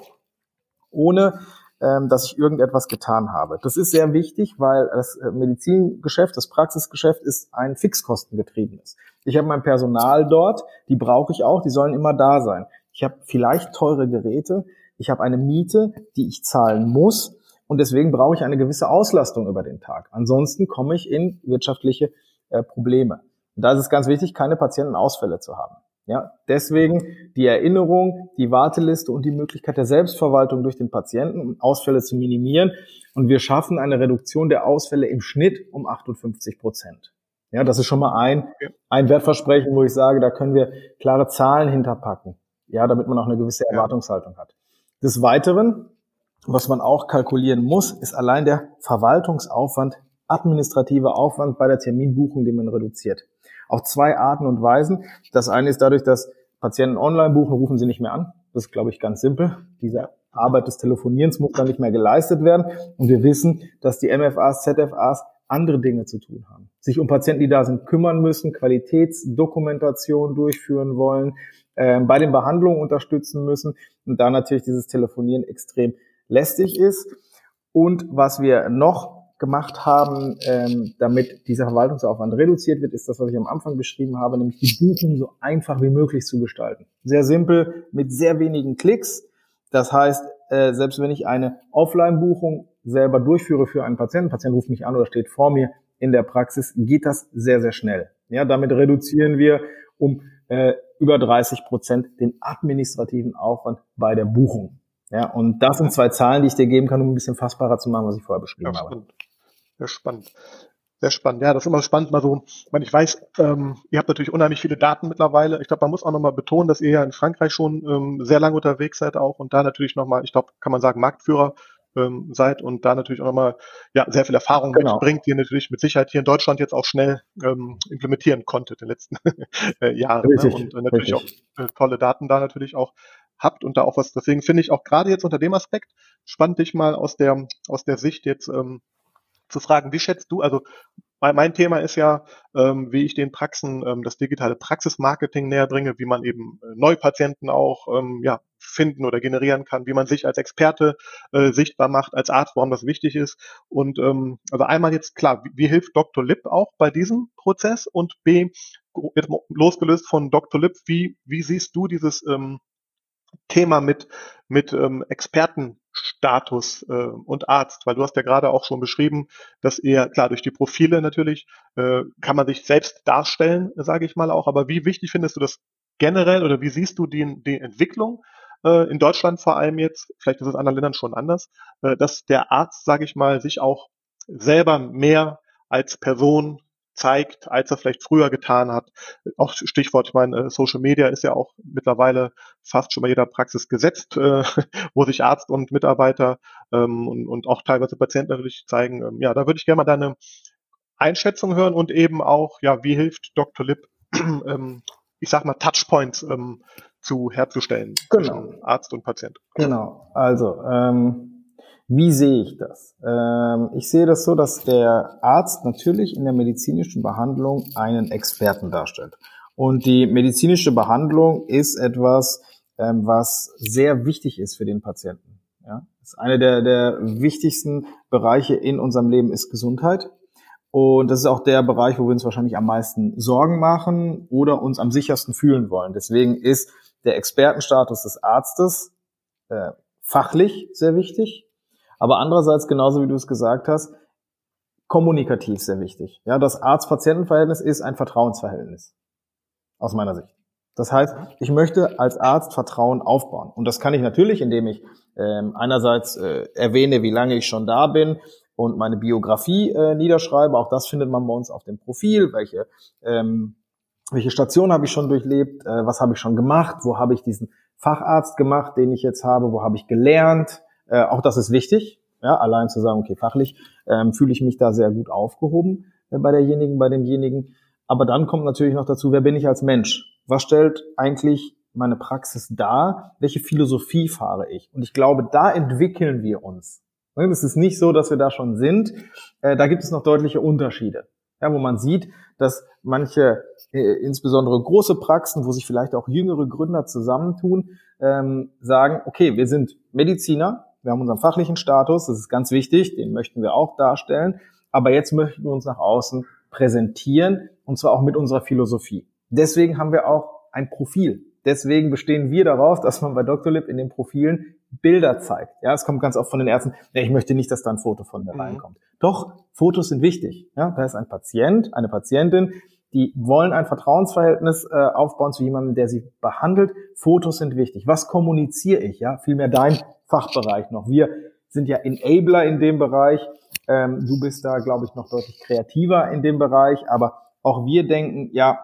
ohne ähm, dass ich irgendetwas getan habe. Das ist sehr wichtig, weil das Medizingeschäft, das Praxisgeschäft ist ein fixkostengetriebenes. Ich habe mein Personal dort, die brauche ich auch, die sollen immer da sein. Ich habe vielleicht teure Geräte, ich habe eine Miete, die ich zahlen muss und deswegen brauche ich eine gewisse Auslastung über den Tag. Ansonsten komme ich in wirtschaftliche äh, Probleme. Und da ist es ganz wichtig, keine Patientenausfälle zu haben. Ja, deswegen die Erinnerung, die Warteliste und die Möglichkeit der Selbstverwaltung durch den Patienten, um Ausfälle zu minimieren. Und wir schaffen eine Reduktion der Ausfälle im Schnitt um achtundfünfzig Prozent. Ja, das ist schon mal ein, ein Wertversprechen, wo ich sage, da können wir klare Zahlen hinterpacken. Ja, damit man auch eine gewisse Erwartungshaltung hat. Des Weiteren, was man auch kalkulieren muss, ist allein der Verwaltungsaufwand, administrative Aufwand bei der Terminbuchung, den man reduziert. Auf zwei Arten und Weisen. Das eine ist dadurch, dass Patienten online buchen, rufen sie nicht mehr an. Das ist, glaube ich, ganz simpel. Diese Arbeit des Telefonierens muss dann nicht mehr geleistet werden. Und wir wissen, dass die M F As, Z F As andere Dinge zu tun haben. Sich um Patienten, die da sind, kümmern müssen, Qualitätsdokumentation durchführen wollen, äh, bei den Behandlungen unterstützen müssen und da natürlich dieses Telefonieren extrem lästig ist. Und was wir noch gemacht haben, ähm, damit dieser Verwaltungsaufwand reduziert wird, ist das, was ich am Anfang beschrieben habe, nämlich die Buchung so einfach wie möglich zu gestalten. Sehr simpel, mit sehr wenigen Klicks. Das heißt, äh, selbst wenn ich eine Offline-Buchung selber durchführe für einen Patienten, Patient ruft mich an oder steht vor mir in der Praxis, geht das sehr, sehr schnell. Ja, damit reduzieren wir um äh, über dreißig Prozent den administrativen Aufwand bei der Buchung. Ja, und das sind zwei Zahlen, die ich dir geben kann, um ein bisschen fassbarer zu machen, was ich vorher beschrieben ja, habe. Sehr spannend. Sehr spannend. Ja, das ist immer spannend, mal so, ich meine, ich weiß, ähm, ihr habt natürlich unheimlich viele Daten mittlerweile. Ich glaube, man muss auch nochmal betonen, dass ihr ja in Frankreich schon ähm, sehr lange unterwegs seid auch und da natürlich nochmal, ich glaube, kann man sagen, Marktführer ähm, seid und da natürlich auch nochmal ja, sehr viel Erfahrung genau. mitbringt, die ihr natürlich mit Sicherheit hier in Deutschland jetzt auch schnell ähm, implementieren konntet in den letzten äh, Jahren. Richtig, ne? Und äh, natürlich richtig. auch äh, tolle Daten da natürlich auch habt und da auch was, deswegen finde ich auch gerade jetzt unter dem Aspekt spannend, dich mal aus der aus der Sicht jetzt ähm, zu fragen, wie schätzt du, also mein, mein Thema ist ja, ähm, wie ich den Praxen ähm, das digitale Praxismarketing näher bringe, wie man eben äh, Neupatienten auch ähm, ja, finden oder generieren kann, wie man sich als Experte äh, sichtbar macht, als Arzt, warum das wichtig ist. Und ähm, also einmal jetzt klar, wie, wie hilft Doktor Lipp auch bei diesem Prozess und B, jetzt losgelöst von Doktor Lipp, wie, wie siehst du dieses ähm, Thema mit mit ähm, Expertenstatus äh, und Arzt, weil du hast ja gerade auch schon beschrieben, dass eher klar durch die Profile natürlich äh, kann man sich selbst darstellen, sage ich mal auch. Aber wie wichtig findest du das generell oder wie siehst du die, die Entwicklung äh, in Deutschland vor allem jetzt? Vielleicht ist es in anderen Ländern schon anders, äh, dass der Arzt, sage ich mal, sich auch selber mehr als Person zeigt, als er vielleicht früher getan hat. Auch Stichwort, ich meine, Social Media ist ja auch mittlerweile fast schon bei jeder Praxis gesetzt, äh, wo sich Arzt und Mitarbeiter ähm, und, und auch teilweise Patienten natürlich zeigen. Ähm, ja, da würde ich gerne mal deine Einschätzung hören und eben auch, ja, wie hilft Doktor Lipp, ähm, ich sag mal, Touchpoints ähm, zu herzustellen genau. zwischen Arzt und Patient. Genau, also ähm wie sehe ich das? Ähm, ich sehe das so, dass der Arzt natürlich in der medizinischen Behandlung einen Experten darstellt. Und die medizinische Behandlung ist etwas, ähm, was sehr wichtig ist für den Patienten. Ja? Das ist einer der, der wichtigsten Bereiche in unserem Leben ist Gesundheit. Und das ist auch der Bereich, wo wir uns wahrscheinlich am meisten Sorgen machen oder uns am sichersten fühlen wollen. Deswegen ist der Expertenstatus des Arztes äh, fachlich sehr wichtig. Aber andererseits, genauso wie du es gesagt hast, kommunikativ sehr wichtig. Ja, das Arzt-Patienten-Verhältnis ist ein Vertrauensverhältnis. Aus meiner Sicht. Das heißt, ich möchte als Arzt Vertrauen aufbauen. Und das kann ich natürlich, indem ich ähm, einerseits äh, erwähne, wie lange ich schon da bin und meine Biografie äh, niederschreibe. Auch das findet man bei uns auf dem Profil. Welche, ähm, welche Station habe ich schon durchlebt? Äh, was habe ich schon gemacht? Wo habe ich diesen Facharzt gemacht, den ich jetzt habe? Wo habe ich gelernt? Äh, auch das ist wichtig, ja, allein zu sagen, okay, fachlich ähm, fühle ich mich da sehr gut aufgehoben äh, bei derjenigen, bei demjenigen. Aber dann kommt natürlich noch dazu, wer bin ich als Mensch? Was stellt eigentlich meine Praxis dar? Welche Philosophie fahre ich? Und ich glaube, da entwickeln wir uns Es ist nicht so, dass wir da schon sind. Äh, da gibt es noch deutliche Unterschiede. Ja, wo man sieht, dass manche, äh, insbesondere große Praxen, wo sich vielleicht auch jüngere Gründer zusammentun, ähm, sagen, okay, wir sind Mediziner, wir haben unseren fachlichen Status, das ist ganz wichtig, den möchten wir auch darstellen, aber jetzt möchten wir uns nach außen präsentieren, und zwar auch mit unserer Philosophie. Deswegen haben wir auch ein Profil. Deswegen bestehen wir darauf, dass man bei Doctolib in den Profilen Bilder zeigt. Ja, es kommt ganz oft von den Ärzten, ja, ich möchte nicht, dass da ein Foto von mir mhm. reinkommt. Doch, Fotos sind wichtig. Ja, da ist ein Patient, eine Patientin, die wollen ein Vertrauensverhältnis äh, aufbauen zu jemandem, der sie behandelt. Fotos sind wichtig. Was kommuniziere ich? Ja, vielmehr dein Fachbereich noch. Wir sind ja Enabler in dem Bereich. Ähm, du bist da, glaube ich, noch deutlich kreativer in dem Bereich. Aber auch wir denken, ja,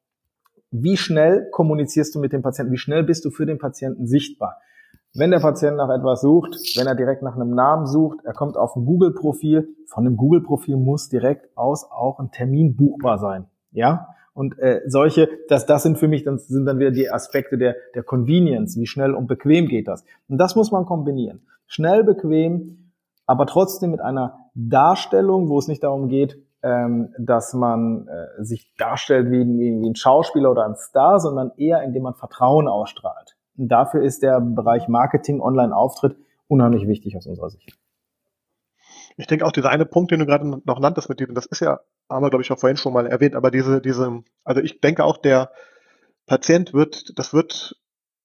wie schnell kommunizierst du mit dem Patienten? Wie schnell bist du für den Patienten sichtbar? Wenn der Patient nach etwas sucht, wenn er direkt nach einem Namen sucht, er kommt auf ein Google-Profil, von dem Google-Profil muss direkt aus auch ein Termin buchbar sein. Ja? Und äh, solche, das, das sind für mich, dann sind dann wieder die Aspekte der, der Convenience. Wie schnell und bequem geht das? Und das muss man kombinieren. Schnell, bequem, aber trotzdem mit einer Darstellung, wo es nicht darum geht, ähm, dass man äh, sich darstellt wie, wie, wie ein Schauspieler oder ein Star, sondern eher, indem man Vertrauen ausstrahlt. Und dafür ist der Bereich Marketing, Online-Auftritt unheimlich wichtig aus unserer Sicht. Ich denke auch, dieser eine Punkt, den du gerade noch nanntest mit diesem, das ist ja, haben wir, glaube ich, auch vorhin schon mal erwähnt, aber diese, diese, also ich denke auch, der Patient wird, das wird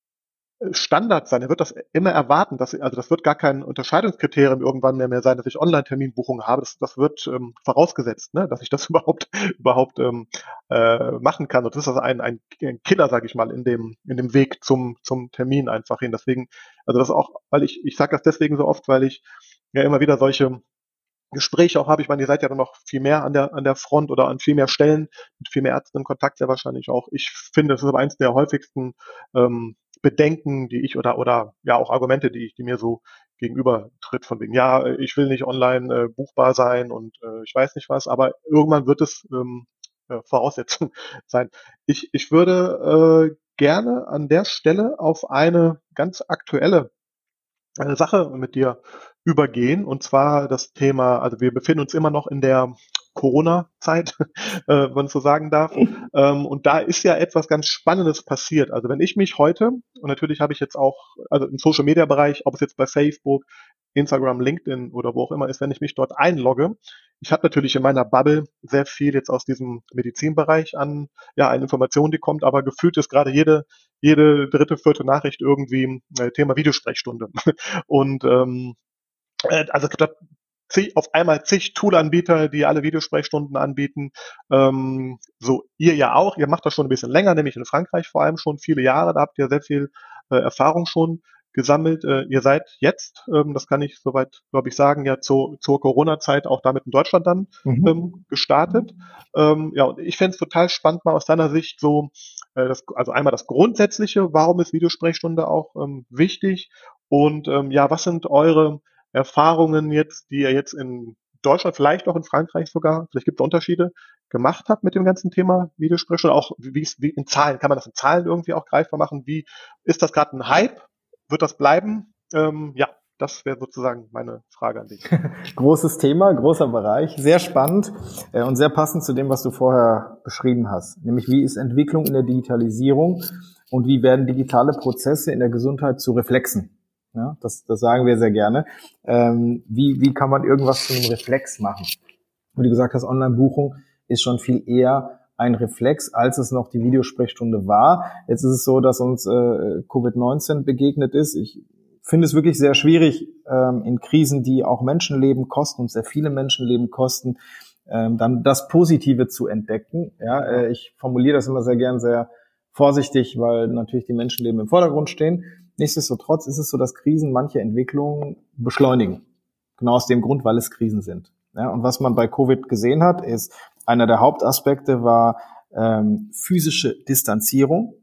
Standard sein. Er wird das immer erwarten. Dass, also das wird gar kein Unterscheidungskriterium irgendwann mehr, mehr sein, dass ich Online-Terminbuchungen habe. Das, das wird ähm, vorausgesetzt, ne, dass ich das überhaupt überhaupt ähm, äh, machen kann. Und das ist also ein, ein Killer, sage ich mal, in dem in dem Weg zum zum Termin einfach hin. Deswegen, also das auch, weil ich ich sage das deswegen so oft, weil ich ja immer wieder solche Gespräche auch habe. Ich meine, ihr seid ja dann noch viel mehr an der an der Front oder an viel mehr Stellen, mit viel mehr Ärzten in Kontakt, sehr wahrscheinlich auch. Ich finde, das ist aber eins der häufigsten ähm, Bedenken, die ich oder oder ja auch Argumente, die ich, die mir so gegenüber tritt, von wegen, ja, ich will nicht online äh, buchbar sein und äh, ich weiß nicht was, aber irgendwann wird es ähm, äh, Voraussetzung sein. Ich ich würde äh, gerne an der Stelle auf eine ganz aktuelle eine Sache mit dir übergehen, und zwar das Thema, also wir befinden uns immer noch in der Corona-Zeit, äh, wenn man so sagen darf. Ähm, und da ist ja etwas ganz Spannendes passiert. Also wenn ich mich heute, und natürlich habe ich jetzt auch, also im Social-Media-Bereich, ob es jetzt bei Facebook, Instagram, LinkedIn oder wo auch immer ist, wenn ich mich dort einlogge, ich habe natürlich in meiner Bubble sehr viel jetzt aus diesem Medizinbereich an, ja, an Informationen, die kommt, aber gefühlt ist gerade jede jede dritte, vierte Nachricht irgendwie äh, Thema Videosprechstunde. Und ähm, äh, also ich glaube, zig, auf einmal zig Tool-Anbieter, die alle Videosprechstunden anbieten. Ähm, so, ihr ja auch, ihr macht das schon ein bisschen länger, nämlich in Frankreich vor allem schon viele Jahre, da habt ihr sehr viel äh, Erfahrung schon gesammelt. Äh, ihr seid jetzt, ähm, das kann ich soweit, glaube ich, sagen, ja zu, zur Corona-Zeit auch damit in Deutschland dann mhm. ähm, gestartet. Ähm, ja, und ich fände es total spannend, mal aus deiner Sicht so, äh, das, also einmal das Grundsätzliche, warum ist Videosprechstunde auch ähm, wichtig? Und ähm, ja, was sind eure Erfahrungen jetzt, die ihr jetzt in Deutschland, vielleicht auch in Frankreich sogar, vielleicht gibt es Unterschiede, gemacht habt mit dem ganzen Thema Videosprechstunde? Auch wie, wie in Zahlen, kann man das in Zahlen irgendwie auch greifbar machen? Wie ist das gerade ein Hype? Wird das bleiben? Ähm, ja, das wäre sozusagen meine Frage an dich. Großes Thema, großer Bereich, sehr spannend äh, und sehr passend zu dem, was du vorher beschrieben hast. Nämlich, wie ist Entwicklung in der Digitalisierung und wie werden digitale Prozesse in der Gesundheit zu Reflexen? Ja, das, das sagen wir sehr gerne. Ähm, wie, wie kann man irgendwas zu einem Reflex machen? Wie du gesagt hast, Online-Buchung ist schon viel eher ein Reflex, als es noch die Videosprechstunde war. Jetzt ist es so, dass uns äh, Covid neunzehn begegnet ist. Ich finde es wirklich sehr schwierig, ähm, in Krisen, die auch Menschenleben kosten und sehr viele Menschenleben kosten, ähm, dann das Positive zu entdecken. Ja, äh, ich formuliere das immer sehr gern sehr vorsichtig, weil natürlich die Menschenleben im Vordergrund stehen. Nichtsdestotrotz ist es so, dass Krisen manche Entwicklungen beschleunigen. Genau aus dem Grund, weil es Krisen sind. Ja, und was man bei Covid gesehen hat, ist, einer der Hauptaspekte war ähm, physische Distanzierung.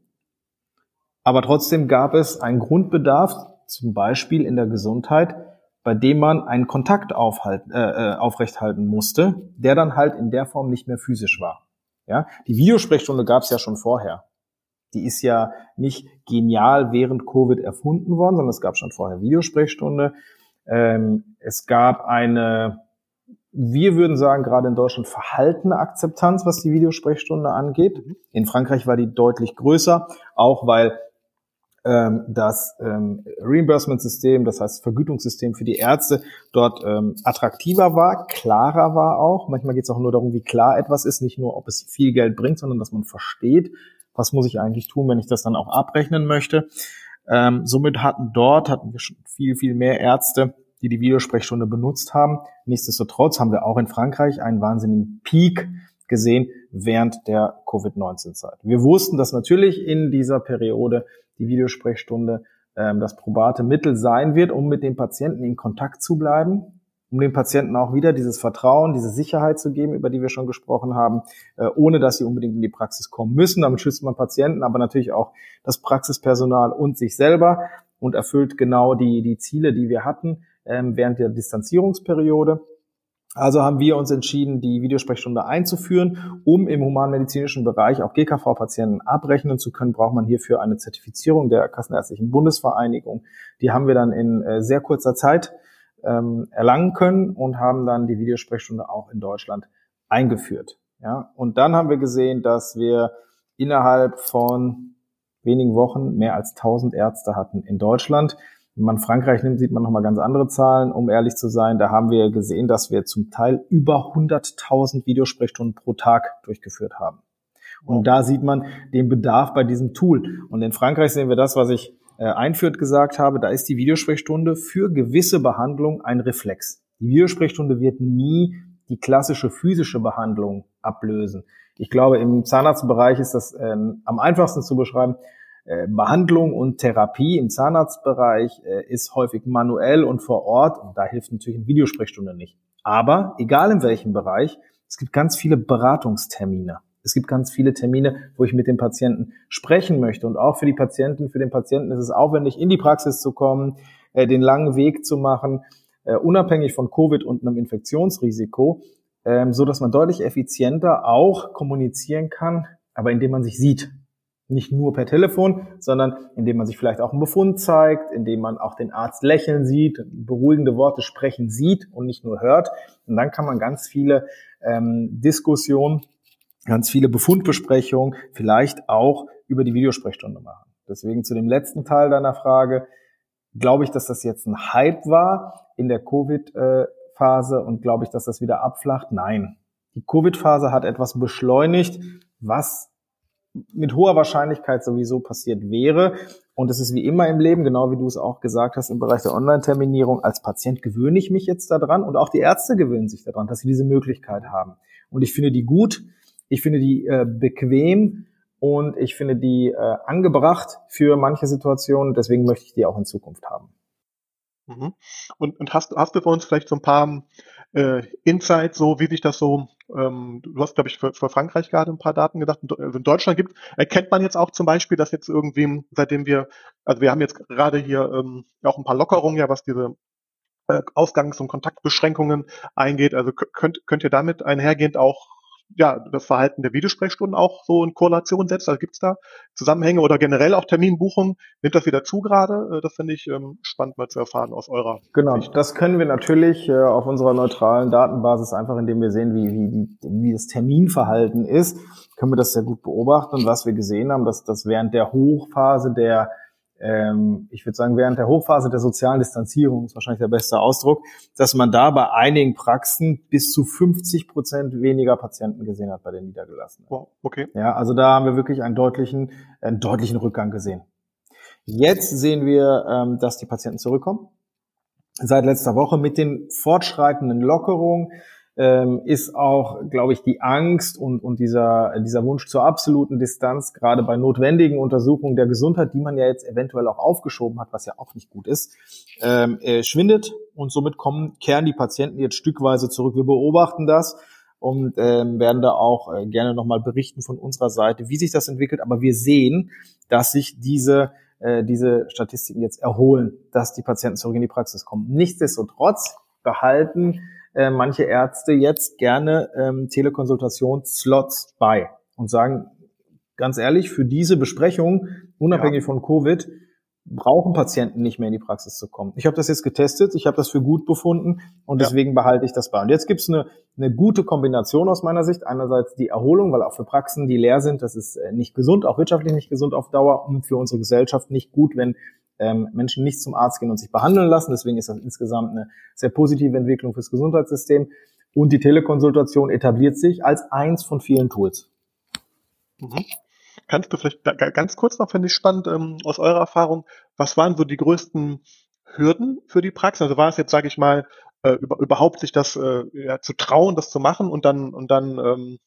Aber trotzdem gab es einen Grundbedarf, zum Beispiel in der Gesundheit, bei dem man einen Kontakt aufhalten, äh, aufrechthalten musste, der dann halt in der Form nicht mehr physisch war. Ja, die Videosprechstunde gab es ja schon vorher. Die ist ja nicht genial während Covid erfunden worden, sondern es gab schon vorher Videosprechstunde. Ähm, es gab eine, wir würden sagen, gerade in Deutschland verhaltene Akzeptanz, was die Videosprechstunde angeht. In Frankreich war die deutlich größer, auch weil ähm, das ähm, Reimbursement-System, das heißt Vergütungssystem für die Ärzte, dort ähm, attraktiver war, klarer war auch. Manchmal geht es auch nur darum, wie klar etwas ist, nicht nur, ob es viel Geld bringt, sondern dass man versteht, was muss ich eigentlich tun, wenn ich das dann auch abrechnen möchte. Ähm, somit hatten dort, hatten wir schon viel, viel mehr Ärzte, die die Videosprechstunde benutzt haben. Nichtsdestotrotz haben wir auch in Frankreich einen wahnsinnigen Peak gesehen während der Covid neunzehn Zeit. Wir wussten, dass natürlich in dieser Periode die Videosprechstunde ähm, das probate Mittel sein wird, um mit dem Patienten in Kontakt zu bleiben, um dem Patienten auch wieder dieses Vertrauen, diese Sicherheit zu geben, über die wir schon gesprochen haben, äh, ohne dass sie unbedingt in die Praxis kommen müssen. Damit schützt man Patienten, aber natürlich auch das Praxispersonal und sich selber und erfüllt genau die, die Ziele, die wir hatten ähm, während der Distanzierungsperiode. Also haben wir uns entschieden, die Videosprechstunde einzuführen, um im humanmedizinischen Bereich auch G K V-Patienten abrechnen zu können, braucht man hierfür eine Zertifizierung der Kassenärztlichen Bundesvereinigung. Die haben wir dann in äh, sehr kurzer Zeit ähm, erlangen können und haben dann die Videosprechstunde auch in Deutschland eingeführt. Ja, und dann haben wir gesehen, dass wir innerhalb von wenigen Wochen mehr als tausend Ärzte hatten in Deutschland. Wenn man Frankreich nimmt, sieht man nochmal ganz andere Zahlen, um ehrlich zu sein. Da haben wir gesehen, dass wir zum Teil über hunderttausend Videosprechstunden pro Tag durchgeführt haben. Und da sieht man den Bedarf bei diesem Tool. Und in Frankreich sehen wir das, was ich äh, einführend gesagt habe. Da ist die Videosprechstunde für gewisse Behandlung ein Reflex. Die Videosprechstunde wird nie die klassische physische Behandlung ablösen. Ich glaube, im Zahnarztbereich ist das äh, am einfachsten zu beschreiben. Behandlung und Therapie im Zahnarztbereich ist häufig manuell und vor Ort und da hilft natürlich eine Videosprechstunde nicht. Aber egal in welchem Bereich, es gibt ganz viele Beratungstermine. Es gibt ganz viele Termine, wo ich mit dem Patienten sprechen möchte und auch für die Patienten, für den Patienten ist es aufwendig, in die Praxis zu kommen, den langen Weg zu machen, unabhängig von Covid und einem Infektionsrisiko, so dass man deutlich effizienter auch kommunizieren kann, aber indem man sich sieht. Nicht nur per Telefon, sondern indem man sich vielleicht auch einen Befund zeigt, indem man auch den Arzt lächeln sieht, beruhigende Worte sprechen sieht und nicht nur hört. Und dann kann man ganz viele ähm, Diskussionen, ganz viele Befundbesprechungen vielleicht auch über die Videosprechstunde machen. Deswegen zu dem letzten Teil deiner Frage, glaube ich, dass das jetzt ein Hype war in der Covid-Phase und glaube ich, dass das wieder abflacht? Nein. Die Covid-Phase hat etwas beschleunigt, was mit hoher Wahrscheinlichkeit sowieso passiert wäre. Und es ist wie immer im Leben, genau wie du es auch gesagt hast, im Bereich der Online-Terminierung. Als Patient gewöhne ich mich jetzt daran und auch die Ärzte gewöhnen sich daran, dass sie diese Möglichkeit haben. Und ich finde die gut, ich finde die äh, bequem und ich finde die äh, angebracht für manche Situationen. Deswegen möchte ich die auch in Zukunft haben. Mhm. Und, und hast, hast du für uns vielleicht so ein paar äh, Insights, so wie sich das so, ähm, du hast, glaube ich, für, für Frankreich gerade ein paar Daten gedacht, also in Deutschland gibt, erkennt man jetzt auch zum Beispiel, dass jetzt irgendwie, seitdem wir, also wir haben jetzt gerade hier ähm, auch ein paar Lockerungen, ja, was diese äh, Ausgangs- und Kontaktbeschränkungen eingeht, also könnt, könnt ihr damit einhergehend auch ja, das Verhalten der Videosprechstunden auch so in Korrelation setzt? Also gibt es da Zusammenhänge oder generell auch Terminbuchungen? Nimmt das wieder zu gerade? Das finde ich ähm, spannend mal zu erfahren aus eurer Genau, Sicht. Das können wir natürlich äh, auf unserer neutralen Datenbasis einfach, indem wir sehen, wie, wie, wie das Terminverhalten ist, können wir das sehr gut beobachten. Und was wir gesehen haben, dass, dass während der Hochphase der Ähm, ich würde sagen, während der Hochphase der sozialen Distanzierung ist wahrscheinlich der beste Ausdruck, dass man da bei einigen Praxen bis zu fünfzig Prozent weniger Patienten gesehen hat bei den Niedergelassenen. Wow, okay. Ja, also da haben wir wirklich einen deutlichen, einen deutlichen Rückgang gesehen. Jetzt sehen wir, ähm, dass die Patienten zurückkommen. Seit letzter Woche mit den fortschreitenden Lockerungen ähm, ist auch, glaube ich, die Angst und, und dieser, dieser Wunsch zur absoluten Distanz, gerade bei notwendigen Untersuchungen der Gesundheit, die man ja jetzt eventuell auch aufgeschoben hat, was ja auch nicht gut ist, ähm, äh, schwindet und somit kommen, kehren die Patienten jetzt stückweise zurück. Wir beobachten das und ähm, werden da auch äh, gerne nochmal berichten von unserer Seite, wie sich das entwickelt. Aber wir sehen, dass sich diese äh, diese Statistiken jetzt erholen, dass die Patienten zurück in die Praxis kommen. Nichtsdestotrotz behalten äh, manche Ärzte jetzt gerne ähm, Telekonsultationsslots bei und sagen, ganz ehrlich, für diese Besprechung, unabhängig ja. von Covid, brauchen Patienten nicht mehr in die Praxis zu kommen. Ich habe das jetzt getestet, ich habe das für gut befunden und deswegen ja. behalte ich das bei. Und jetzt gibt es eine, eine gute Kombination aus meiner Sicht. Einerseits die Erholung, weil auch für Praxen, die leer sind, das ist nicht gesund, auch wirtschaftlich nicht gesund auf Dauer und für unsere Gesellschaft nicht gut, wenn ähm, Menschen nicht zum Arzt gehen und sich behandeln lassen. Deswegen ist das insgesamt eine sehr positive Entwicklung fürs Gesundheitssystem. Und die Telekonsultation etabliert sich als eins von vielen Tools. Mhm. Kannst du vielleicht ganz kurz noch, finde ich spannend, ähm, aus eurer Erfahrung, was waren so die größten Hürden für die Praxis? Also war es jetzt, sage ich mal, äh, über, überhaupt sich das äh, ja, zu trauen, das zu machen und dann und dann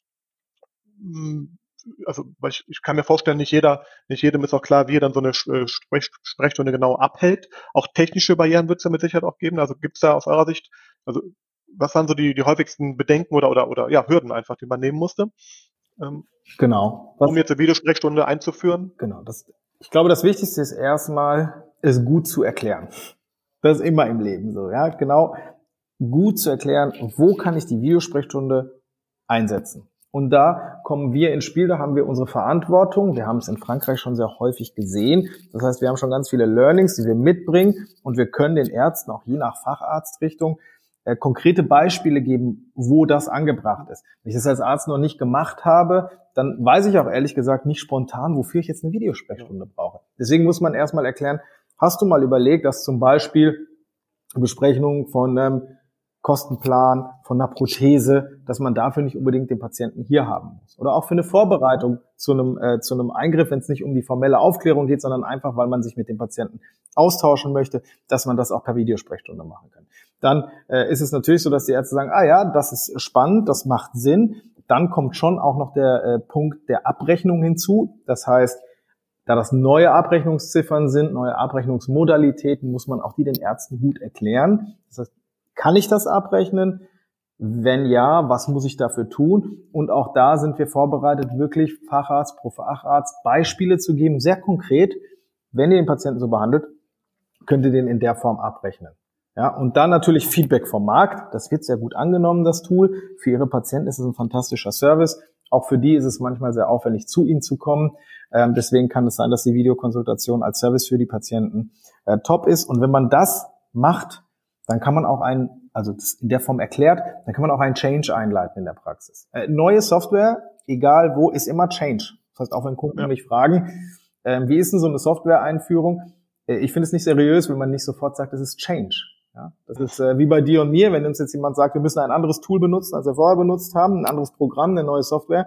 ähm, also weil ich, ich kann mir vorstellen, nicht jeder, nicht jedem ist auch klar, wie er dann so eine äh, Sprech, Sprechstunde genau abhält. Auch technische Barrieren wird es ja mit Sicherheit auch geben. Also gibt es da aus eurer Sicht, also was waren so die, die häufigsten Bedenken oder oder oder ja Hürden einfach, die man nehmen musste? Ähm, Genau. Was, um jetzt eine Videosprechstunde einzuführen? Genau. Das, ich glaube, das Wichtigste ist erstmal, es gut zu erklären. Das ist immer im Leben so, ja. Genau. Gut zu erklären, wo kann ich die Videosprechstunde einsetzen? Und da kommen wir ins Spiel, da haben wir unsere Verantwortung. Wir haben es in Frankreich schon sehr häufig gesehen. Das heißt, wir haben schon ganz viele Learnings, die wir mitbringen und wir können den Ärzten auch je nach Facharztrichtung äh, konkrete Beispiele geben, wo das angebracht ist. Wenn ich das als Arzt noch nicht gemacht habe, dann weiß ich auch ehrlich gesagt nicht spontan, wofür ich jetzt eine Videosprechstunde brauche. Deswegen muss man erstmal erklären, hast du mal überlegt, dass zum Beispiel Besprechungen von einem Kostenplan, von einer Prothese, dass man dafür nicht unbedingt den Patienten hier haben muss. Oder auch für eine Vorbereitung zu einem, äh, zu einem Eingriff, wenn es nicht um die formelle Aufklärung geht, sondern einfach, weil man sich mit dem Patienten austauschen möchte, dass man das auch per Videosprechstunde machen kann. Dann äh, ist es natürlich so, dass die Ärzte sagen, ah ja, das ist spannend, das macht Sinn. Dann kommt schon auch noch der äh, Punkt der Abrechnung hinzu. Das heißt, da das neue Abrechnungsziffern sind, neue Abrechnungsmodalitäten, muss man auch die den Ärzten gut erklären. Das heißt, kann ich das abrechnen? Wenn ja, was muss ich dafür tun? Und auch da sind wir vorbereitet, wirklich Facharzt pro Facharzt Beispiele zu geben, sehr konkret. Wenn ihr den Patienten so behandelt, könnt ihr den in der Form abrechnen. Ja, und dann natürlich Feedback vom Markt. Das wird sehr gut angenommen, das Tool. Für Ihre Patienten ist es ein fantastischer Service. Auch für die ist es manchmal sehr aufwendig, zu Ihnen zu kommen. Ähm, deswegen kann es sein, dass die Videokonsultation als Service für die Patienten äh, top ist. Und wenn man das macht, dann kann man auch einen, also das in der Form erklärt, dann kann man auch einen Change einleiten in der Praxis. Äh, neue Software, egal wo, ist immer Change. Das heißt, auch wenn Kunden ja. mich fragen, äh, wie ist denn so eine Software-Einführung? Äh, ich finde es nicht seriös, wenn man nicht sofort sagt, das ist Change. Ja, das ist äh, wie bei dir und mir, wenn uns jetzt jemand sagt, wir müssen ein anderes Tool benutzen, als wir vorher benutzt haben, ein anderes Programm, eine neue Software,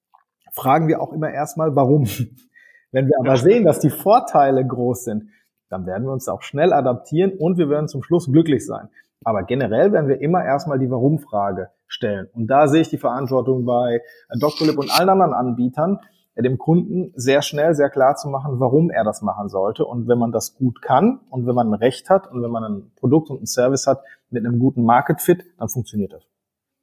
fragen wir auch immer erstmal, warum. Wenn wir aber sehen, dass die Vorteile groß sind, dann werden wir uns auch schnell adaptieren und wir werden zum Schluss glücklich sein. Aber generell werden wir immer erstmal die Warum-Frage stellen. Und da sehe ich die Verantwortung bei Doctolib und allen anderen Anbietern, dem Kunden sehr schnell, sehr klar zu machen, warum er das machen sollte. Und wenn man das gut kann und wenn man ein Recht hat und wenn man ein Produkt und ein Service hat mit einem guten Market Fit, dann funktioniert das.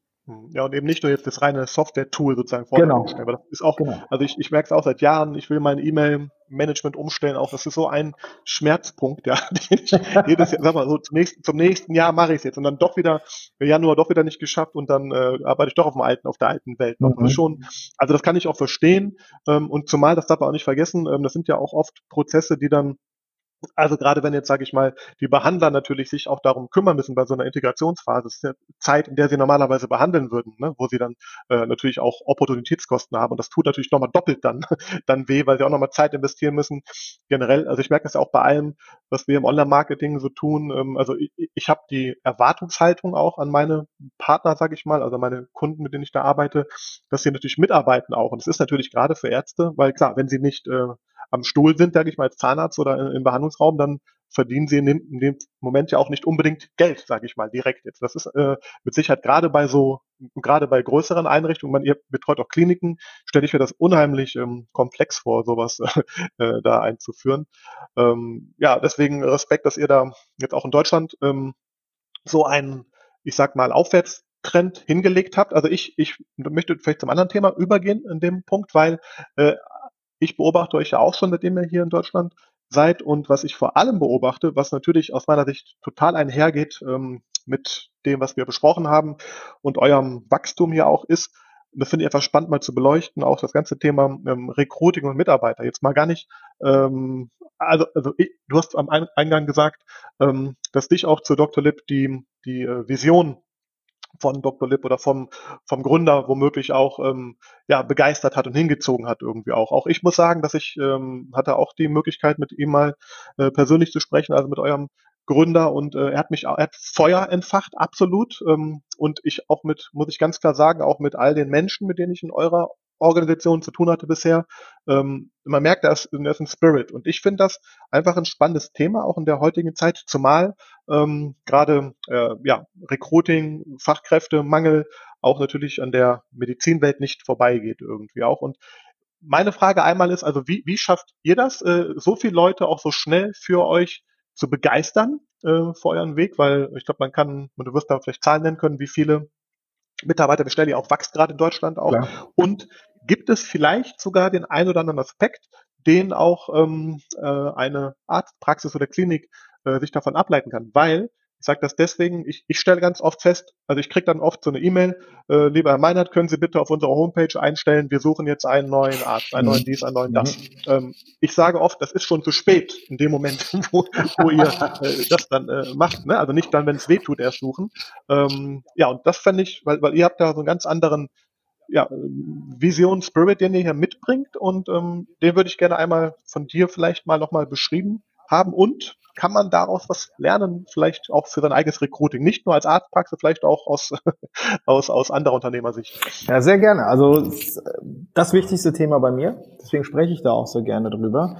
Ja, und eben nicht nur jetzt das reine Software-Tool sozusagen genau. vorstellen, aber das ist auch, genau. also ich, ich merke es auch seit Jahren, ich will mein E-Mail-Management umstellen, auch das ist so ein Schmerzpunkt, ja, den ich jedes Jahr, sag mal, so zum nächsten, zum nächsten Jahr mache ich es jetzt und dann doch wieder, im Januar doch wieder nicht geschafft und dann äh, arbeite ich doch auf dem alten, auf der alten Welt noch. Mhm. Das ist schon, also das kann ich auch verstehen ähm, und zumal, das darf man auch nicht vergessen, ähm, das sind ja auch oft Prozesse, die dann also gerade wenn jetzt, sage ich mal, die Behandler natürlich sich auch darum kümmern müssen bei so einer Integrationsphase, das ist ja Zeit, in der sie normalerweise behandeln würden, ne, wo sie dann äh, natürlich auch Opportunitätskosten haben und das tut natürlich nochmal doppelt dann, dann weh, weil sie auch nochmal Zeit investieren müssen. Generell, also ich merke das ja auch bei allem, was wir im Online-Marketing so tun, ähm, also ich, ich habe die Erwartungshaltung auch an meine Partner, sage ich mal, also meine Kunden, mit denen ich da arbeite, dass sie natürlich mitarbeiten auch und das ist natürlich gerade für Ärzte, weil klar, wenn sie nicht äh, am Stuhl sind, sage ich mal, als Zahnarzt oder im Behandlungsraum, dann verdienen sie in dem, in dem Moment ja auch nicht unbedingt Geld, sage ich mal, direkt jetzt. Das ist äh, mit Sicherheit gerade bei so, gerade bei größeren Einrichtungen, man, ihr betreut auch Kliniken, stelle ich mir das unheimlich ähm, komplex vor, sowas äh, da einzuführen. Ähm, ja, deswegen Respekt, dass ihr da jetzt auch in Deutschland ähm, so einen, ich sag mal, Aufwärtstrend hingelegt habt. Also ich, ich möchte vielleicht zum anderen Thema übergehen in dem Punkt, weil äh, ich beobachte euch ja auch schon, seitdem ihr hier in Deutschland seid. Und was ich vor allem beobachte, was natürlich aus meiner Sicht total einhergeht ähm, mit dem, was wir besprochen haben und eurem Wachstum hier auch ist, das finde ich einfach spannend mal zu beleuchten, auch das ganze Thema ähm, Recruiting und Mitarbeiter. Jetzt mal gar nicht, ähm, also, also ich, du hast am Eingang gesagt, ähm, dass dich auch zu Doktor Lipp die, die äh, Vision von Doktor Lipp oder vom, vom Gründer womöglich auch ähm, ja, begeistert hat und hingezogen hat irgendwie auch. Auch ich muss sagen, dass ich ähm, hatte auch die Möglichkeit, mit ihm mal äh, persönlich zu sprechen, also mit eurem Gründer, und äh, er hat mich, er hat Feuer entfacht, absolut. Ähm, und ich auch mit, muss ich ganz klar sagen, auch mit all den Menschen, mit denen ich in eurer Organisation zu tun hatte bisher. Ähm, man merkt, da ist, da ist ein Spirit. Und ich finde das einfach ein spannendes Thema, auch in der heutigen Zeit, zumal ähm, gerade äh, ja, Recruiting, Fachkräftemangel auch natürlich an der Medizinwelt nicht vorbeigeht irgendwie auch. Und meine Frage einmal ist, also wie, wie schafft ihr das, äh, so viele Leute auch so schnell für euch zu begeistern äh, für euren Weg? Weil ich glaube, man kann, du wirst da vielleicht Zahlen nennen können, wie viele Mitarbeiter bestellen, ihr auch wächst gerade in Deutschland auch. Klar. Und gibt es vielleicht sogar den ein oder anderen Aspekt, den auch ähm, äh, eine Arztpraxis oder Klinik äh, sich davon ableiten kann? Weil, ich sage das deswegen, ich, ich stelle ganz oft fest, also ich kriege dann oft so eine E-Mail, äh, lieber Herr Meinert, können Sie bitte auf unserer Homepage einstellen, wir suchen jetzt einen neuen Arzt, einen neuen dies, einen neuen das. Ähm, ich sage oft, das ist schon zu spät in dem Moment, wo, wo ihr äh, das dann äh, macht. Ne? Also nicht dann, wenn es weh tut, erst suchen. Ähm, ja, und das fände ich, weil, weil ihr habt da so einen ganz anderen ja, Vision, Spirit, den ihr hier mitbringt, und ähm, den würde ich gerne einmal von dir vielleicht mal nochmal beschrieben haben. Und kann man daraus was lernen, vielleicht auch für sein eigenes Recruiting, nicht nur als Arztpraxis, vielleicht auch aus, aus, aus anderer Unternehmersicht? Ja, sehr gerne. Also das wichtigste Thema bei mir, deswegen spreche ich da auch so gerne drüber.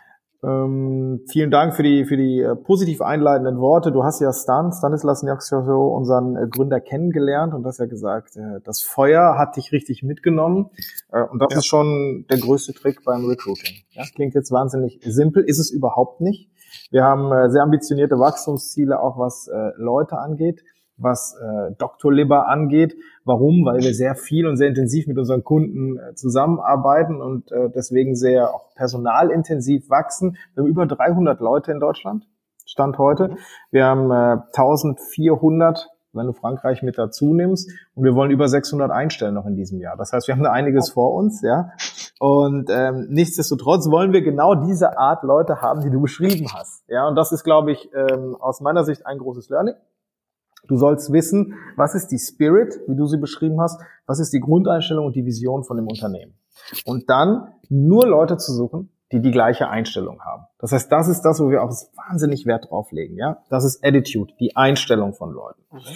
Ähm, vielen Dank für die für die äh, positiv einleitenden Worte. Du hast ja Stan, Stanislas Njoksoso, unseren äh, Gründer, kennengelernt, und hast ja gesagt, äh, das Feuer hat dich richtig mitgenommen. Äh, und das ja. ist schon der größte Trick beim Recruiting. Ja, klingt jetzt wahnsinnig simpel, ist es überhaupt nicht. Wir haben äh, sehr ambitionierte Wachstumsziele, auch was äh, Leute angeht, was äh, Doktor Lipp angeht. Warum? Weil wir sehr viel und sehr intensiv mit unseren Kunden äh, zusammenarbeiten und äh, deswegen sehr auch personalintensiv wachsen. Wir haben über dreihundert Leute in Deutschland, Stand heute. Wir haben äh, eintausendvierhundert, wenn du Frankreich mit dazu nimmst, und wir wollen über sechshundert einstellen noch in diesem Jahr. Das heißt, wir haben da einiges vor uns, ja. Und ähm, nichtsdestotrotz wollen wir genau diese Art Leute haben, die du beschrieben hast. Ja, und das ist, glaube ich, ähm, aus meiner Sicht ein großes Learning. Du sollst wissen, was ist die Spirit, wie du sie beschrieben hast, was ist die Grundeinstellung und die Vision von dem Unternehmen. Und dann nur Leute zu suchen, die die gleiche Einstellung haben. Das heißt, das ist das, wo wir auch wahnsinnig Wert drauf legen. Ja, das ist Attitude, die Einstellung von Leuten. Okay.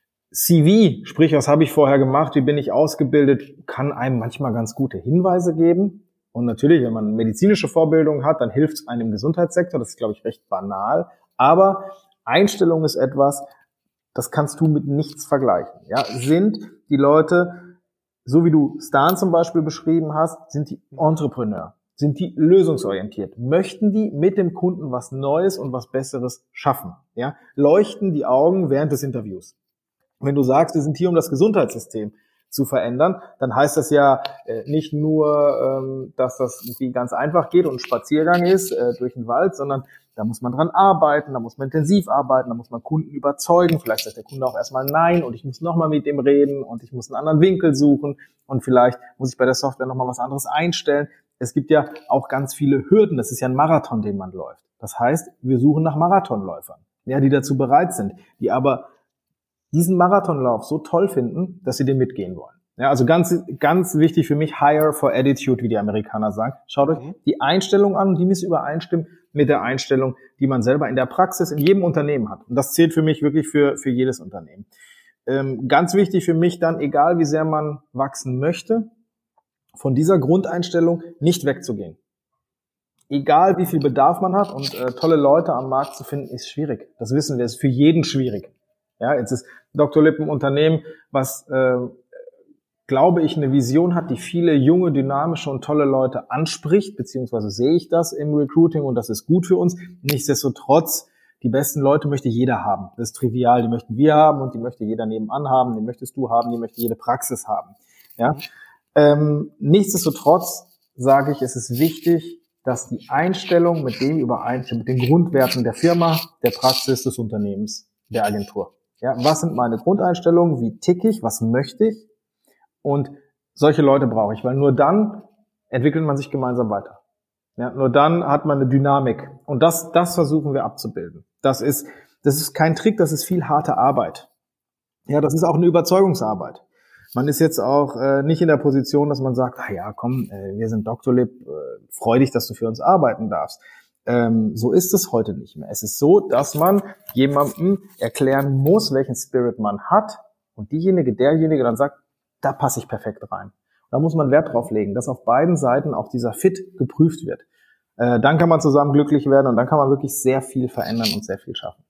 C V, sprich, was habe ich vorher gemacht, wie bin ich ausgebildet, kann einem manchmal ganz gute Hinweise geben. Und natürlich, wenn man medizinische Vorbildung hat, dann hilft es einem im Gesundheitssektor. Das ist, glaube ich, recht banal. Aber Einstellung ist etwas, das kannst du mit nichts vergleichen. Ja, sind die Leute, so wie du Stan zum Beispiel beschrieben hast, sind die Entrepreneur, sind die lösungsorientiert, möchten die mit dem Kunden was Neues und was Besseres schaffen. Ja, leuchten die Augen während des Interviews. Wenn du sagst, wir sind hier, um das Gesundheitssystem zu verändern, dann heißt das ja äh, nicht nur, ähm, dass das irgendwie ganz einfach geht und ein Spaziergang ist äh, durch den Wald, sondern da muss man dran arbeiten, da muss man intensiv arbeiten, da muss man Kunden überzeugen. Vielleicht sagt der Kunde auch erstmal nein und ich muss nochmal mit dem reden und ich muss einen anderen Winkel suchen und vielleicht muss ich bei der Software nochmal was anderes einstellen. Es gibt ja auch ganz viele Hürden. Das ist ja ein Marathon, den man läuft. Das heißt, wir suchen nach Marathonläufern, ja, die dazu bereit sind, die aber diesen Marathonlauf so toll finden, dass sie den mitgehen wollen. Ja, also ganz, ganz wichtig für mich, hire for attitude, wie die Amerikaner sagen. Schaut euch die Einstellung an, die muss übereinstimmen mit der Einstellung, die man selber in der Praxis in jedem Unternehmen hat. Und das zählt für mich wirklich für, für jedes Unternehmen. Ähm, ganz wichtig für mich dann, egal wie sehr man wachsen möchte, von dieser Grundeinstellung nicht wegzugehen. Egal wie viel Bedarf man hat und äh, tolle Leute am Markt zu finden, ist schwierig. Das wissen wir, ist für jeden schwierig. Ja, jetzt ist Doktor Lipp ein Unternehmen, was, äh, glaube ich, eine Vision hat, die viele junge, dynamische und tolle Leute anspricht, beziehungsweise sehe ich das im Recruiting und das ist gut für uns. Nichtsdestotrotz, die besten Leute möchte jeder haben. Das ist trivial, die möchten wir haben und die möchte jeder nebenan haben, die möchtest du haben, die möchte jede Praxis haben. Ja, ähm, nichtsdestotrotz sage ich, es ist wichtig, dass die Einstellung mit dem übereinstimmt, mit den Grundwerten der Firma, der Praxis, des Unternehmens, der Agentur. Ja, was sind meine Grundeinstellungen? Wie tick ich? Was möchte ich? Und Solche Leute brauche ich, weil nur dann entwickelt man sich gemeinsam weiter. Ja, nur dann hat man eine Dynamik. Und das, das versuchen wir abzubilden. Das ist, das ist kein Trick, das ist viel harte Arbeit. Ja, das ist auch eine Überzeugungsarbeit. Man ist jetzt auch äh, nicht in der Position, dass man sagt, ah ja, komm, äh, wir sind Doctolib, äh, freu dich, dass du für uns arbeiten darfst. Ähm, so ist es heute nicht mehr. Es ist so, dass man jemandem erklären muss, welchen Spirit man hat und diejenige, derjenige dann sagt, da passe ich perfekt rein. Da muss man Wert drauf legen, dass auf beiden Seiten auch dieser Fit geprüft wird. Äh, dann kann man zusammen glücklich werden und dann kann man wirklich sehr viel verändern und sehr viel schaffen.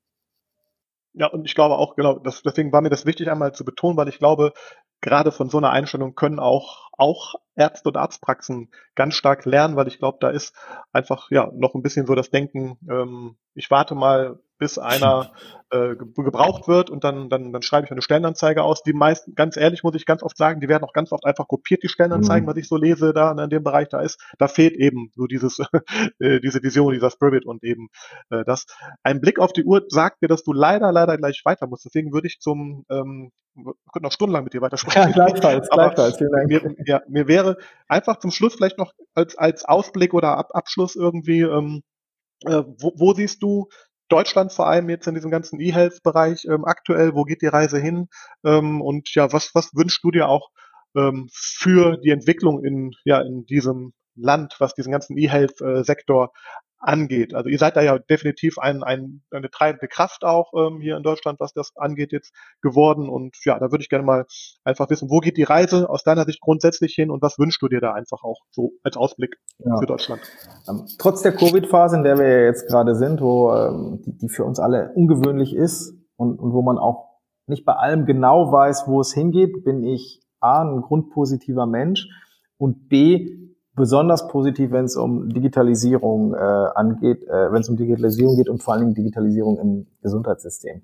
Ja, und ich glaube auch, genau, das, deswegen war mir das wichtig einmal zu betonen, weil ich glaube, gerade von so einer Einstellung können auch, auch Ärzte und Arztpraxen ganz stark lernen, weil ich glaube, da ist einfach, ja, noch ein bisschen so das Denken, ähm, ich warte mal, bis einer äh, gebraucht wird und dann, dann, dann schreibe ich eine Stellenanzeige aus. Die meisten, ganz ehrlich muss ich ganz oft sagen, die werden auch ganz oft einfach kopiert, die Stellenanzeigen, mhm. was ich so lese da in dem Bereich da ist. Da fehlt eben so dieses, äh, diese Vision, dieser Spirit und eben äh, das. Ein Blick auf die Uhr sagt mir, dass du leider, leider gleich weiter musst. Deswegen würde ich zum, ähm, wir könnten noch stundenlang mit dir weitersprechen. Ja, gleichfalls, aber gleichfalls, vielen Dank. Mir, ja, mir wäre einfach zum Schluss vielleicht noch als, als Ausblick oder Ab Abschluss irgendwie, ähm, äh, wo, wo siehst du Deutschland vor allem jetzt in diesem ganzen E-Health-Bereich ähm, aktuell, wo geht die Reise hin? Ähm, und ja, was, was wünschst du dir auch ähm, für die Entwicklung in, ja, in diesem Land, was diesen ganzen E-Health-Sektor angeht? Also ihr seid da ja definitiv ein, ein, eine treibende Kraft auch ähm, hier in Deutschland, was das angeht jetzt geworden. Und ja, da würde ich gerne mal einfach wissen, wo geht die Reise aus deiner Sicht grundsätzlich hin und was wünschst du dir da einfach auch so als Ausblick ja. für Deutschland? Ähm, trotz der Covid-Phase, in der wir ja jetzt gerade sind, wo ähm, die, die für uns alle ungewöhnlich ist und, und wo man auch nicht bei allem genau weiß, wo es hingeht, bin ich A, ein grundpositiver Mensch und B, besonders positiv, wenn es um Digitalisierung äh, angeht, äh, wenn es um Digitalisierung geht und vor allen Dingen Digitalisierung im Gesundheitssystem.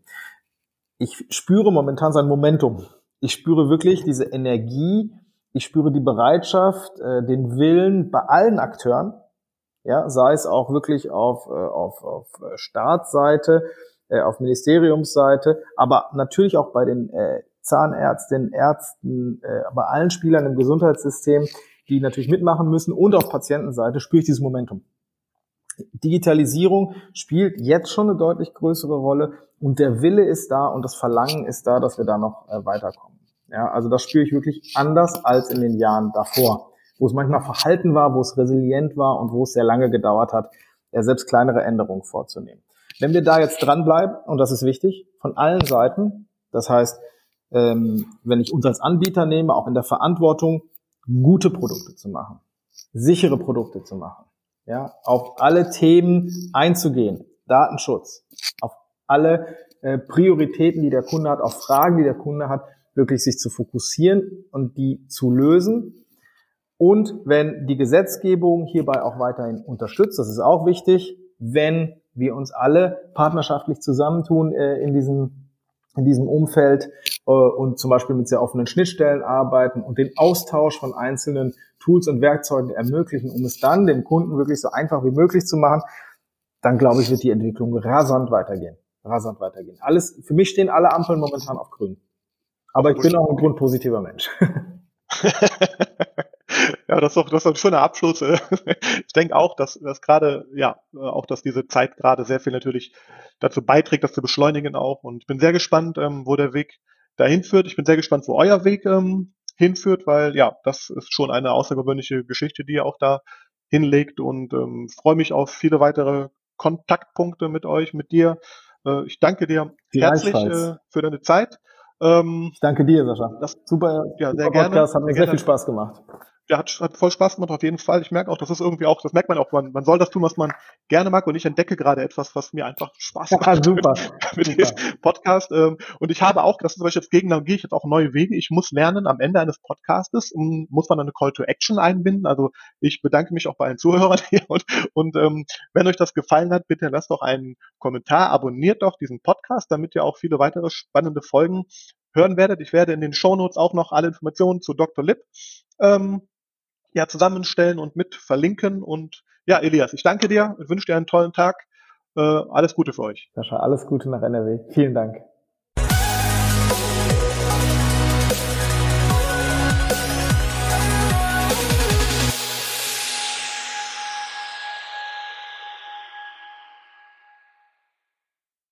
Ich spüre momentan sein Momentum. Ich spüre wirklich diese Energie, ich spüre die Bereitschaft, äh, den Willen bei allen Akteuren, ja, sei es auch wirklich auf, äh, auf, auf Staatsseite, äh, auf Ministeriumsseite, aber natürlich auch bei den äh, Zahnärztinnen, Ärzten, äh, bei allen Spielern im Gesundheitssystem, die natürlich mitmachen müssen, und auf Patientenseite spüre ich dieses Momentum. Digitalisierung spielt jetzt schon eine deutlich größere Rolle und der Wille ist da und das Verlangen ist da, dass wir da noch äh, weiterkommen. Ja, also das spüre ich wirklich anders als in den Jahren davor, wo es manchmal verhalten war, wo es resilient war und wo es sehr lange gedauert hat, äh, selbst kleinere Änderungen vorzunehmen. Wenn wir da jetzt dranbleiben, und das ist wichtig, von allen Seiten, das heißt, ähm, wenn ich uns als Anbieter nehme, auch in der Verantwortung, gute Produkte zu machen, sichere Produkte zu machen, ja, auf alle Themen einzugehen, Datenschutz, auf alle äh, Prioritäten, die der Kunde hat, auf Fragen, die der Kunde hat, wirklich sich zu fokussieren und die zu lösen. Und wenn die Gesetzgebung hierbei auch weiterhin unterstützt, das ist auch wichtig, wenn wir uns alle partnerschaftlich zusammentun äh, in diesem in diesem Umfeld äh, und zum Beispiel mit sehr offenen Schnittstellen arbeiten und den Austausch von einzelnen Tools und Werkzeugen ermöglichen, um es dann dem Kunden wirklich so einfach wie möglich zu machen, dann glaube ich, wird die Entwicklung rasant weitergehen. Rasant weitergehen. Alles, für mich stehen alle Ampeln momentan auf grün. Aber ich bin auch ein grundpositiver Mensch. Ja, das ist doch, das ist ein schöner Abschluss. Ich denke auch, dass, dass gerade, ja, auch, dass diese Zeit gerade sehr viel natürlich dazu beiträgt, das zu beschleunigen auch. Und ich bin sehr gespannt, ähm, wo der Weg dahin führt. Ich bin sehr gespannt, wo euer Weg ähm, hinführt, weil, ja, das ist schon eine außergewöhnliche Geschichte, die ihr auch da hinlegt und ähm, freue mich auf viele weitere Kontaktpunkte mit euch, mit dir. Äh, ich danke dir herzlich äh, für deine Zeit. Ähm, ich danke dir, Sascha. Das, super, ja, super sehr Podcast, gerne, hat mir sehr, sehr viel Spaß gemacht. Ja, hat, hat voll Spaß gemacht, auf jeden Fall. Ich merke auch, das ist irgendwie auch, das merkt man auch, man, man soll das tun, was man gerne mag, und ich entdecke gerade etwas, was mir einfach Spaß macht. Ja, super. Mit, mit diesem Podcast. Ähm, und ich habe auch, das ist zum Beispiel jetzt gegen, da gehe ich jetzt auch neue Wege. Ich muss lernen, am Ende eines Podcastes um, muss man eine Call to Action einbinden. Also ich bedanke mich auch bei allen Zuhörern hier und, und ähm, wenn euch das gefallen hat, bitte lasst doch einen Kommentar, abonniert doch diesen Podcast, damit ihr auch viele weitere spannende Folgen hören werdet. Ich werde in den Shownotes auch noch alle Informationen zu Doctolib ähm, ja, zusammenstellen und mit verlinken. Und ja, Elias, ich danke dir und wünsche dir einen tollen Tag. Äh, alles Gute für euch. Sascha, alles Gute nach N R W. Vielen Dank.